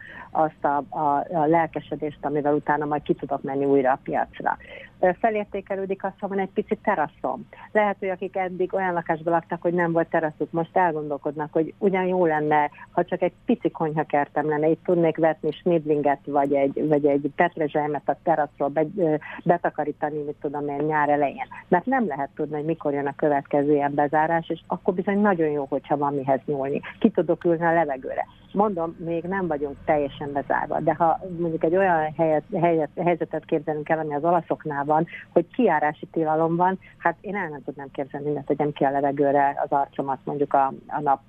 azt a lelkesedést, amivel utána majd ki tudok menni újra a piacra. Felértékelődik az, ha van egy picit teraszom. Lehet, hogy akik eddig olyan lakásban laktak, hogy nem volt teraszuk, most elgondolkodnak, hogy ugyan jó lenne, ha csak egy pici konyhakertem lenne, itt tudnék vetni snidlinget, vagy egy petrezselymet a teraszról betakarítani, mit tudom én, nyár elején. Mert nem lehet tudni, hogy mikor jön a következő ilyen bezárás, és akkor bizony nagyon jó, hogyha van mihez nyúlni. Ki tudok ülni a levegőre. Mondom, még nem vagyunk teljesen bezárva, de ha mondjuk egy olyan helyzetet képzelünk el, ami az olaszoknál van, hogy kijárási tilalom van, hát én el nem tudnám képzelni, mindent tegyem ki a levegőre az arcomat mondjuk a nap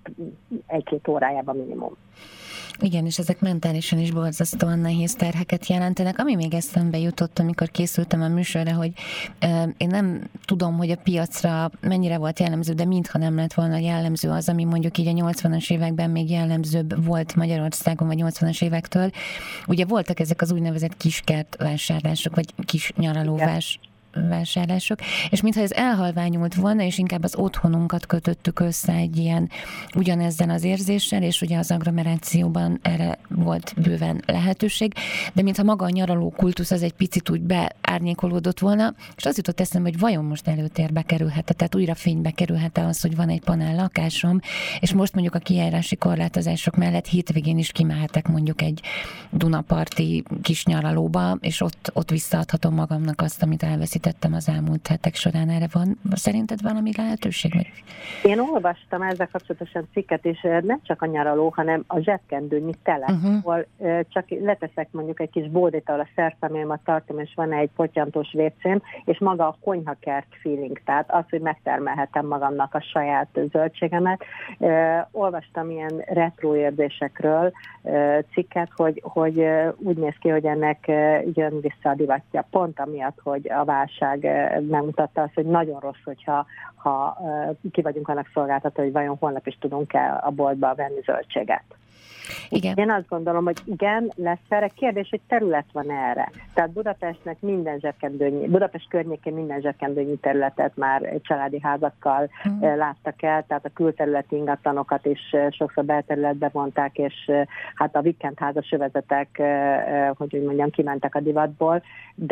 1-2 órájában minimum. Igen, és ezek mentálisan is borzasztóan nehéz terheket jelentenek. Ami még eszembe jutott, amikor készültem a műsorra, hogy én nem tudom, hogy a piacra mennyire volt jellemző, de mintha nem lett volna jellemző az, ami mondjuk így a 80-as években még jellemzőbb volt Magyarországon, vagy 80-as évektől. Ugye voltak ezek az úgynevezett kiskert vásárlások, vagy kis nyaralóvás vásárlások, és mintha ez elhalványult volna, és inkább az otthonunkat kötöttük össze egy ilyen ugyanezzel az érzéssel, és ugye az agglomerációban erre volt bőven lehetőség, de mintha maga a nyaraló kultusz az egy picit úgy beárnyékolódott volna, és az jutott eszembe, hogy vajon most előtérbe kerülhet, tehát újra fénybe kerülhet az, hogy van egy panel lakásom, és most mondjuk a kijárási korlátozások mellett hétvégén is kimehetek mondjuk egy Dunaparti kis nyaralóba, és ott visszaadhatom magamnak azt, amit elveszítettem az elmúlt hetek során. Erre van szerinted valami lehetőség? Én olvastam ezzel kapcsolatosan cikket, és nem csak a nyaraló, hanem a zsebkendőnyi tele, ahol csak leteszek mondjuk egy kis bódét, ahol a szerszámélyemat tartom, és van egy pottyantós vécém, és maga a konyhakert feeling, tehát az, hogy megtermelhetem magamnak a saját zöldségemet. Olvastam ilyen retro érzésekről cikket, hogy úgy néz ki, hogy ennek jön vissza a divatja. Pont amiatt, hogy a válság megmutatta azt, hogy nagyon rossz, hogyha ki vagyunk annak szolgáltatva, hogy vajon holnap is tudunk-e a boltba venni zöldséget. Igen. Én azt gondolom, hogy igen, lesz erre kérdés, hogy terület van erre. Tehát Budapest környékén minden zsebkendőnyi területet már családi házakkal láttak el, tehát a külterületi ingatlanokat is sokszor belterületbe vonták, és hát a weekend házas övezetek, hogy úgy mondjam, kimentek a divatból,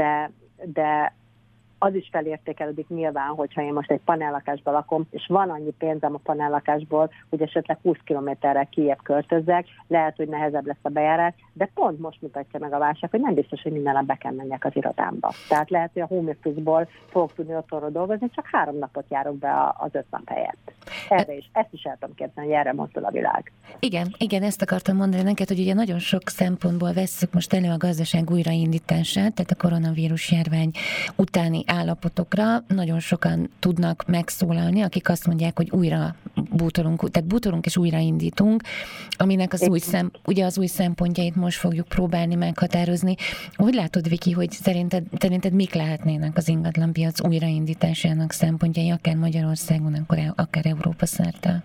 de az is felértékelődik nyilván, hogyha én most egy panellakásban lakom, és van annyi pénzem a panellakásból, hogy esetleg 20 kilométerrel kijebb költözzek, lehet, hogy nehezebb lesz a bejárás, de pont most mutatja meg a válság, hogy nem biztos, hogy minden nap be kell menjek az irodámba. Tehát lehet, hogy a home office-ból fogok tudni otthonról dolgozni, csak 3 napot járok be az 5 nap helyett. Ezt is el tudom képzelni, hogy erre mozdul a világ. Igen, ezt akartam mondani neked, hogy ugye nagyon sok szempontból vesszük most elő a gazdaság újraindítását, tehát a koronavírus járvány utáni állapotokra nagyon sokan tudnak megszólalni, akik azt mondják, hogy újra bútolunk és újraindítunk, aminek az új szempontjait most fogjuk próbálni meghatározni. Hogy látod, Viki, hogy szerinted mik lehetnének az ingatlanpiac újraindításának szempontjai, akár Magyarországon, akár Európa szerte?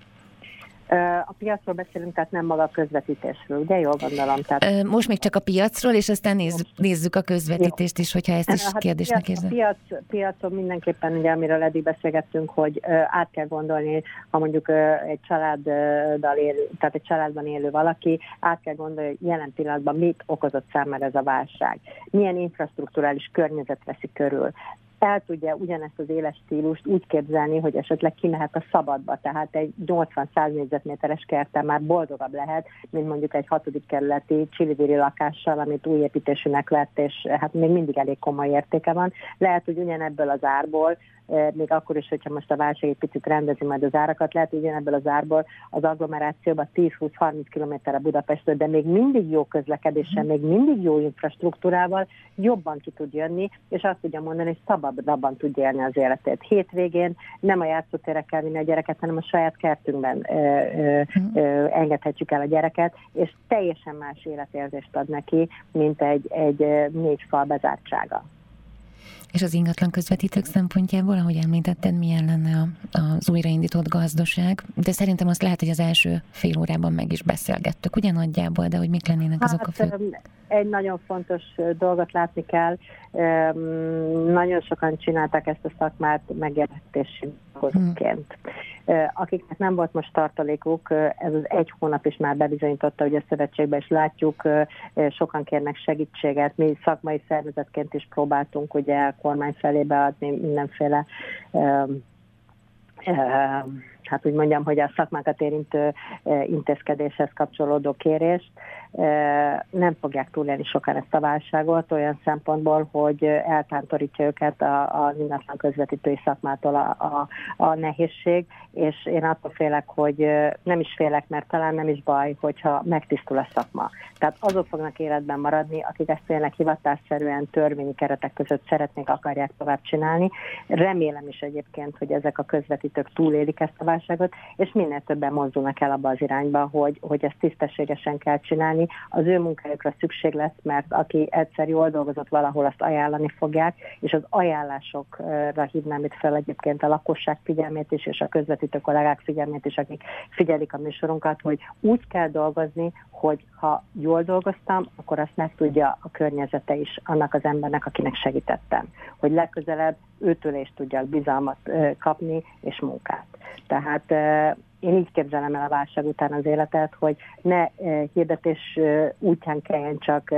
A piacról beszélünk, tehát nem maga a közvetítésről, ugye? Jól gondolom. Tehát... Most még csak a piacról, és aztán nézzük a közvetítést is, hogyha ezt is kérdésnek érzed. A piacon mindenképpen, ugye, amiről eddig beszélgettünk, hogy át kell gondolni, ha mondjuk egy családban élő valaki, át kell gondolni, hogy jelen pillanatban mit okozott számára ez a válság. Milyen infrastrukturális környezet veszi körül. El tudja ugyanezt az életstílust úgy képzelni, hogy esetleg kimehet a szabadba, tehát egy 80-100 négyzetméteres kerttel már boldogabb lehet, mint mondjuk egy 6. kerületi csili-vili lakással, amit új építésűnek lett, és hát még mindig elég komoly értéke van. Lehet, hogy ugyanebből az árból, még akkor is, hogyha most a válság egy picit rendezi majd az árakat, lehet, hogy ugyanebből az árból az agglomerációban 10-20-30 kilométerre Budapestről, de még mindig jó közlekedéssel, még mindig jó infrastruktúrával jobban ki tud jönni, és azt tudja mondani, hogy szabadabban tudja élni az életét. Hétvégén nem a játszótérre kell vinni a gyereket, hanem a saját kertünkben engedhetjük el a gyereket, és teljesen más életérzést ad neki, mint egy 4 fal bezártsága. És az ingatlan közvetítők szempontjából, ahogy említetted, milyen lenne az újraindított gazdaság, de szerintem azt lehet, hogy az első fél órában meg is beszélgettük, ugye nagyjából, de hogy mik lennének azok a fő... Egy nagyon fontos dolgot látni kell, nagyon sokan csinálták ezt a szakmát megjelentési dolgozóként. Akiknek nem volt most tartalékuk, ez az 1 hónap is már bebizonyította, hogy a szövetségben is látjuk, sokan kérnek segítséget, mi szakmai szervezetként is próbáltunk ugye kormány felé beadni mindenféle hát úgy mondjam, hogy a szakmákat érintő intézkedéshez kapcsolódó kérést. Nem fogják túlélni sokan ezt a válságot olyan szempontból, hogy eltántorítja őket az ingatlan közvetítői szakmától a nehézség, és én attól félek, hogy nem is félek, mert talán nem is baj, hogyha megtisztul a szakma. Tehát azok fognak életben maradni, akik ezt tényleg hivatásszerűen törvényi keretek között akarják tovább csinálni. Remélem is egyébként, hogy ezek a közvetítők túlélik ezt a válságot, és minél többen mozdulnak el abba az irányba, hogy ezt tisztességesen kell csinálni. Az ő munkájukra szükség lesz, mert aki egyszer jól dolgozott valahol, azt ajánlani fogják, és az ajánlásokra hívnám itt fel egyébként a lakosság figyelmét is, és a közvetítő kollégák figyelmét is, akik figyelik a műsorunkat, hogy úgy kell dolgozni, hogy ha jól dolgoztam, akkor azt megtudja a környezete is annak az embernek, akinek segítettem. Hogy legközelebb őtől is tudjak bizalmat kapni és munkát. Tehát én így képzelem el a válság után az életet, hogy ne hirdetés útján kelljen csak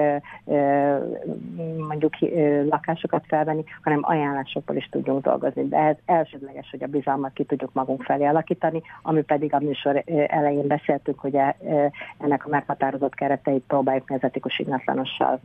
mondjuk lakásokat felvenni, hanem ajánlásokból is tudjunk dolgozni. De ez elsődleges, hogy a bizalmat ki tudjuk magunk felé alakítani, ami pedig a műsor elején beszéltünk, hogy ennek a meghatározott kereteit próbáljuk az etikus ingatlanossal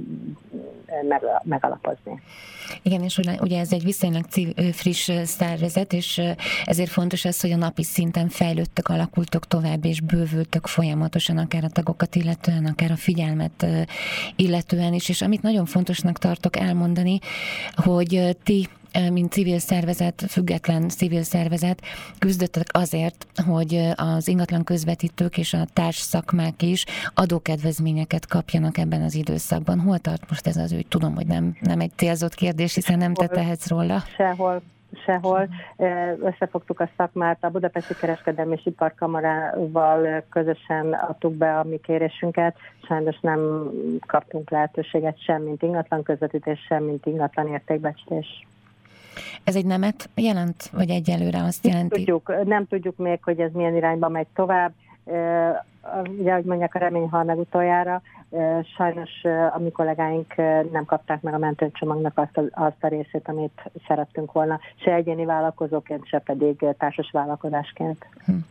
megalapozni. Igen, és ugye ez egy viszonylag friss szervezet, és ezért fontos az, hogy a napi szinten fejlődtök, alakultok tovább, és bővültök folyamatosan, akár a tagokat illetően, akár a figyelmet illetően is, és amit nagyon fontosnak tartok elmondani, hogy ti, mint civil szervezet, független civil szervezet, küzdöttek azért, hogy az ingatlan közvetítők és a társszakmák is adókedvezményeket kapjanak ebben az időszakban. Hol tart most ez az ügy? Tudom, hogy nem egy célzott kérdés, hiszen nem te tehetsz róla. sehol. Összefogtuk a szakmát, a Budapesti Kereskedelmi és Iparkamarával közösen adtuk be a mi kérésünket. Sajnos nem kaptunk lehetőséget sem, mint ingatlan közvetítés, sem, mint ingatlan értékbecslés. Ez egy nemet jelent, vagy egyelőre azt jelenti? Nem tudjuk még, hogy ez milyen irányba megy tovább. Ugye, ahogy mondják, a remény hal meg utoljára. Sajnos a mi kollégáink nem kapták meg a mentőcsomagnak azt a részét, amit szerettünk volna, se egyéni vállalkozóként, se pedig társas vállalkozásként.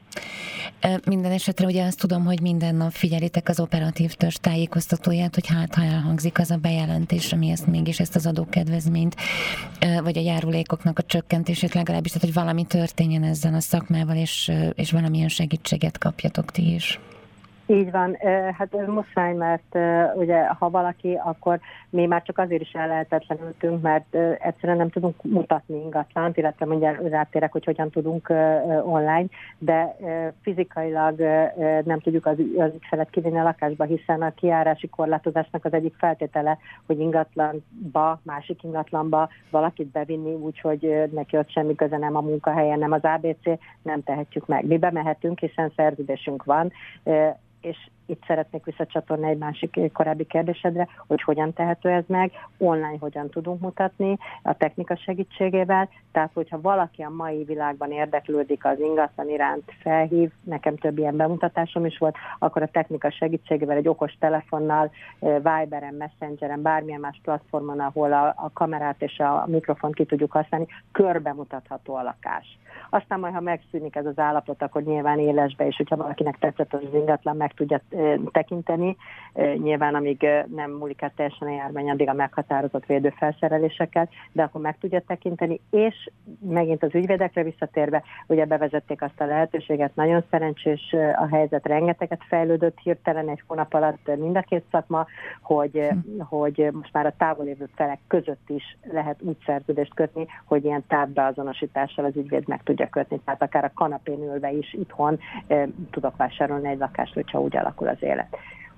Minden esetre ugye azt tudom, hogy minden nap figyelitek az operatív törzs tájékoztatóját, hogy ha elhangzik az a bejelentés, ami mégis ezt az adókedvezményt, vagy a járulékoknak a csökkentését legalábbis, tehát hogy valami történjen ezzel a szakmával, és valamilyen segítséget kapjatok ti is. Így van, hát muszáj, mert ugye ha valaki, akkor mi már csak azért is ellehetetlenültünk, mert egyszerűen nem tudunk mutatni ingatlant, illetve mondjuk rátérek, hogy hogyan tudunk online, de fizikailag nem tudjuk az ügyfelet kivinni a lakásba, hiszen a kijárási korlátozásnak az egyik feltétele, hogy ingatlanba, másik ingatlanba valakit bevinni, úgyhogy neki ott semmi köze nem a munkahelyen, nem az ABC, nem tehetjük meg. Mi bemehetünk, hiszen szerződésünk van, és itt szeretnék visszacsatorni egy másik korábbi kérdésedre, hogy hogyan tehető ez meg, online hogyan tudunk mutatni a technika segítségével, tehát hogyha valaki a mai világban érdeklődik az ingatlan iránt, felhív, nekem több ilyen bemutatásom is volt, akkor a technika segítségével egy okos telefonnal, Viberen, Messengeren, bármilyen más platformon, ahol a kamerát és a mikrofont ki tudjuk használni, körbemutatható a lakás. Aztán majd, ha megszűnik ez az állapot, akkor nyilván élesbe, és hogyha valakinek tetszett az ingatlan, meg tudja tekinteni. Nyilván, amíg nem múlik el teljesen a járvány, addig a meghatározott védőfelszerelésekkel, de akkor meg tudja tekinteni, és megint az ügyvédekre visszatérve, ugye bevezették azt a lehetőséget, nagyon szerencsés a helyzet, rengeteget fejlődött hirtelen egy hónap alatt mind a két szakma, hogy most már a távolévő felek között is lehet úgy szerződést kötni, hogy ilyen távbeazonosítással az ügyvéd meg tudja kötni, tehát akár a kanapén ülve is itthon tudok vásárolni egy lakást, hogyha úgy alakul az élet.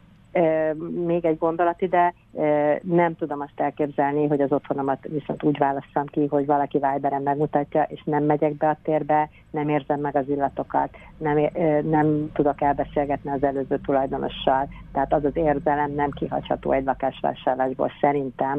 Még egy gondolat ide, nem tudom azt elképzelni, hogy az otthonomat viszont úgy válasszam ki, hogy valaki Viberen megmutatja, és nem megyek be a térbe, nem érzem meg az illatokat, nem tudok elbeszélgetni az előző tulajdonossal, tehát az az érzelem nem kihagyható egy lakásvásárlásból szerintem,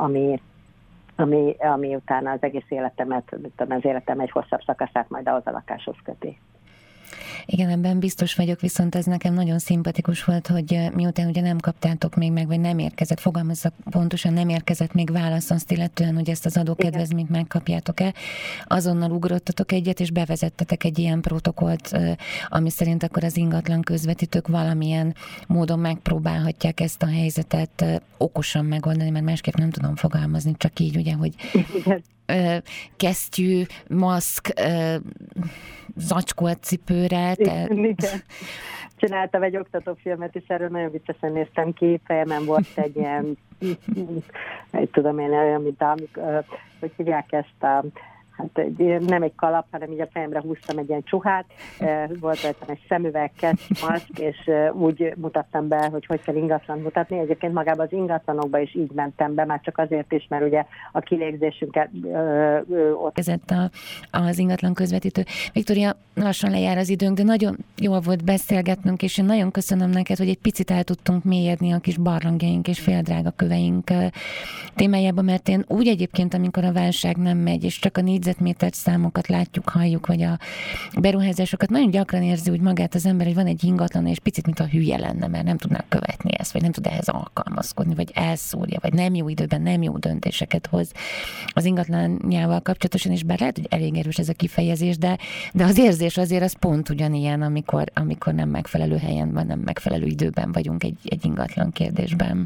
ami utána az egész életemet, az életem egy hosszabb szakaszát majd ahhoz a lakáshoz köti. Igen, ebben biztos vagyok, viszont ez nekem nagyon szimpatikus volt, hogy miután ugye nem kaptátok még meg, vagy nem érkezett, fogalmazzak pontosan, nem érkezett még válasz azt illetően, hogy ezt az adókedvezményt megkapjátok-e, azonnal ugrottatok egyet, és bevezettetek egy ilyen protokollt, ami szerint akkor az ingatlan közvetítők valamilyen módon megpróbálhatják ezt a helyzetet okosan megoldani, mert másképp nem tudom fogalmazni, csak így ugye, hogy kesztyű, maszk, zacskolt cipőre. Igen. Csináltam egy oktatófilmet, és erről nagyon viccesen néztem ki, fejemen volt egy ilyen, tudom én, olyan, mint hogy hívják ezt a, hát nem egy kalap, hanem így a fejemre húztam egy ilyen csuhát, volt rajtam egy szemüveg, maszk, és úgy mutattam be, hogy kell ingatlan mutatni. Egyébként magában az ingatlanokba is így mentem be, már csak azért is, mert ugye a kilégzésünket ott... Kezett az ingatlan közvetítő. Viktória, lassan lejár az időnk, de nagyon jól volt beszélgetnünk, és én nagyon köszönöm neked, hogy egy picit el tudtunk mélyedni a kis barlangjaink és féldrága köveink témájába, mert én úgy egyébként, amikor a válság nem megy, és csak a négyzetméter számokat látjuk, halljuk, vagy a beruházásokat, nagyon gyakran érzi úgy magát az ember, hogy van egy ingatlan, és picit, mint a hülye lenne, mert nem tudná követni ezt, vagy nem tud ehhez alkalmazkodni, vagy elszúrja, vagy nem jó időben nem jó döntéseket hoz az ingatlanjával kapcsolatosan, és bár lehet, hogy elég erős ez a kifejezés, de az érzés azért az pont ugyanilyen, amikor nem megfelelő helyen van, nem megfelelő időben vagyunk egy ingatlan kérdésben.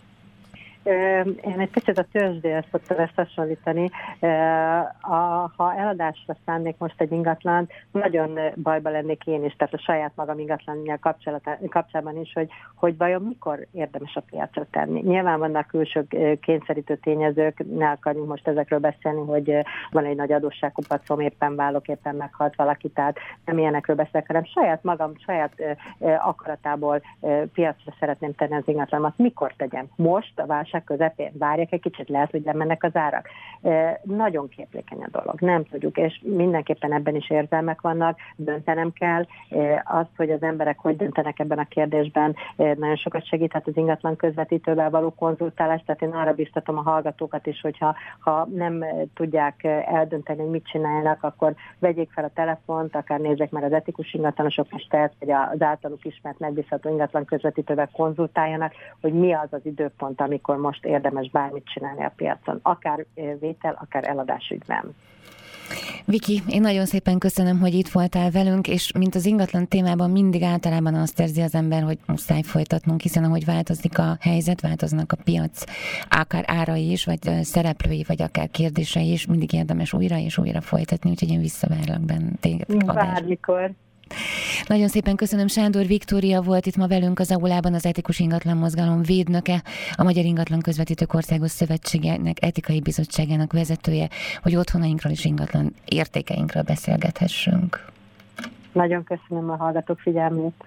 Én egy kicsit a tőzsdéhez szoktam ezt hasonlítani. Ha eladásra szánnék most egy ingatlan, nagyon bajba lennék én is, tehát a saját magam ingatlannyal kapcsolatban is, hogy vajon mikor érdemes a piacra tenni. Nyilván vannak külső kényszerítő tényezők, ne akarjunk most ezekről beszélni, hogy van egy nagy adósságkupacom, éppen válok, éppen meghalt valaki, tehát nem ilyenekről beszélek, hanem saját magam, saját akaratából piacra szeretném tenni az ingatlanomat. Mikor tegyem? Most a válság válság közepén várják egy kicsit, lehet, hogy lemennek az árak. Nagyon képlékeny a dolog, nem tudjuk, és mindenképpen ebben is érzelmek vannak, döntenem kell. Azt, hogy az emberek hogy döntenek ebben a kérdésben, nagyon sokat segíthet az ingatlan közvetítővel való konzultálás, tehát én arra biztatom a hallgatókat is, hogyha nem tudják eldönteni, hogy mit csinálnak, akkor vegyék fel a telefont, akár nézzék meg az etikus ingatlanosok Mestert, vagy az általuk ismert megbízható ingatlan közvetítővel konzultáljanak, hogy mi az az időpont, amikor most érdemes bármit csinálni a piacon, akár vétel, akár eladás ügyben. Viki, én nagyon szépen köszönöm, hogy itt voltál velünk, és mint az ingatlan témában mindig általában azt érzi az ember, hogy muszáj folytatnunk, hiszen ahogy változik a helyzet, változnak a piac, akár árai is, vagy szereplői, vagy akár kérdései is, mindig érdemes újra és újra folytatni, úgyhogy én visszavárlak benne téged. Bármikor. Nagyon szépen köszönöm. Sándor Viktória volt itt ma velünk az aulában, az Etikus Ingatlan Mozgalom védnöke, a Magyar Ingatlan Közvetítők Országos Szövetségének etikai bizottságának vezetője, hogy otthonainkról és ingatlan értékeinkről beszélgethessünk. Nagyon köszönöm a hallgatók figyelmét.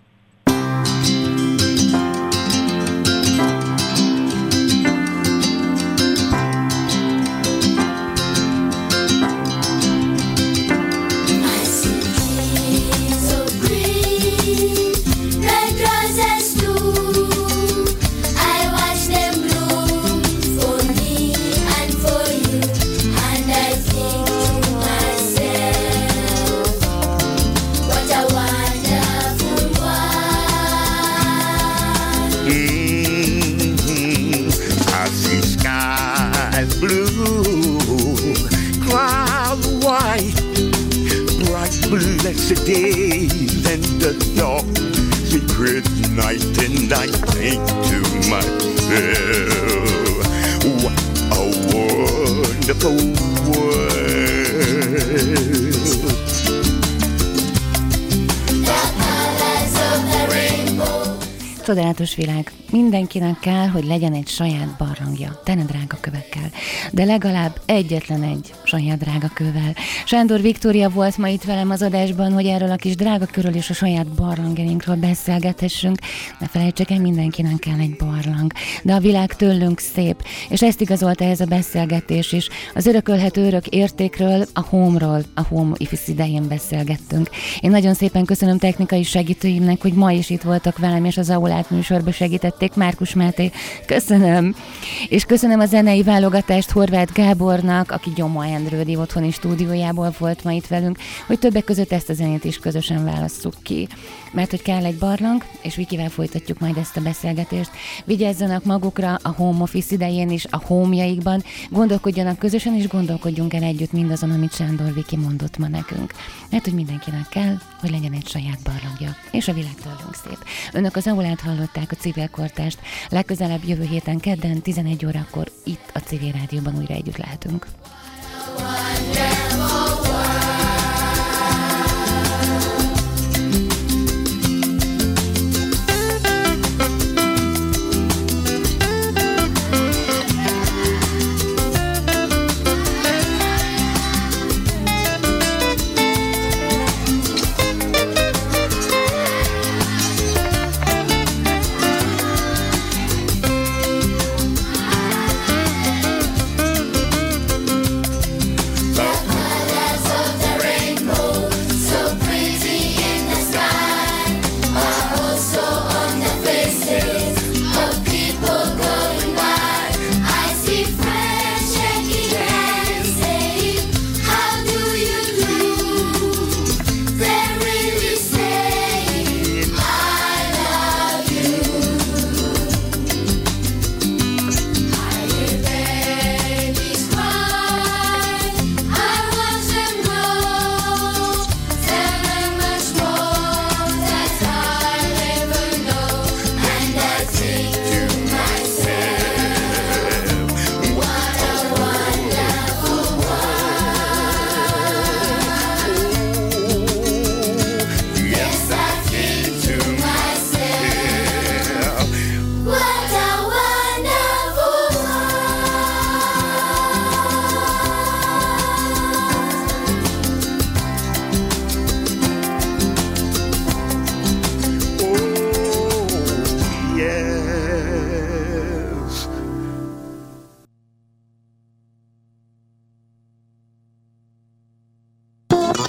Blessed days and the dark secret night, and I think to myself, what a wonderful world. Csodálatos világ. Mindenkinek kell, hogy legyen egy saját barlangja, tene drága kövekkel, de legalább egyetlen egy saját drága kővel. Sándor Viktória volt ma itt velem az adásban, hogy erről a kis drága körül és a saját barlangjainkról beszélgethessünk. Ne felejtsék el, mindenkinek kell egy barlang, de a világ tőlünk szép, és ezt igazolta ez a beszélgetés is. Az örökölhető örök értékről, a Home-ról, a Home Office idején beszélgettünk. Én nagyon szépen köszönöm technikai segítőimnek, hogy ma is itt voltak velem, és az aulát műsorba segítették. Márkus Máté, köszönöm. És köszönöm a zenei válogatást Horváth Gábornak, aki Gyoma Endrődi otthoni stúdiójából volt ma itt velünk, hogy többek között ezt a zenét is közösen válasszuk ki. Mert hogy kell egy barlang, és Vikivel folytatjuk majd ezt a beszélgetést. Vigyázzanak magukra a Home Office idején is, a home-jaikban, gondolkodjanak közösen, és gondolkodjunk el együtt mindazon, amit Sándor Viki mondott ma nekünk. Mert hogy mindenkinek kell, hogy legyen egy saját barlangja, és a világ tőlünk szép. Önök az aulát hallották, a Civil Kortást. Legközelebb jövő héten kedden 11 órakor itt a Civil Rádióban újra együtt lehetünk. But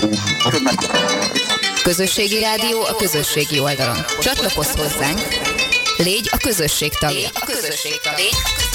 Közösségi rádió a közösségi oldalon. Csatlakozz hozzánk, légy a közösség tagja.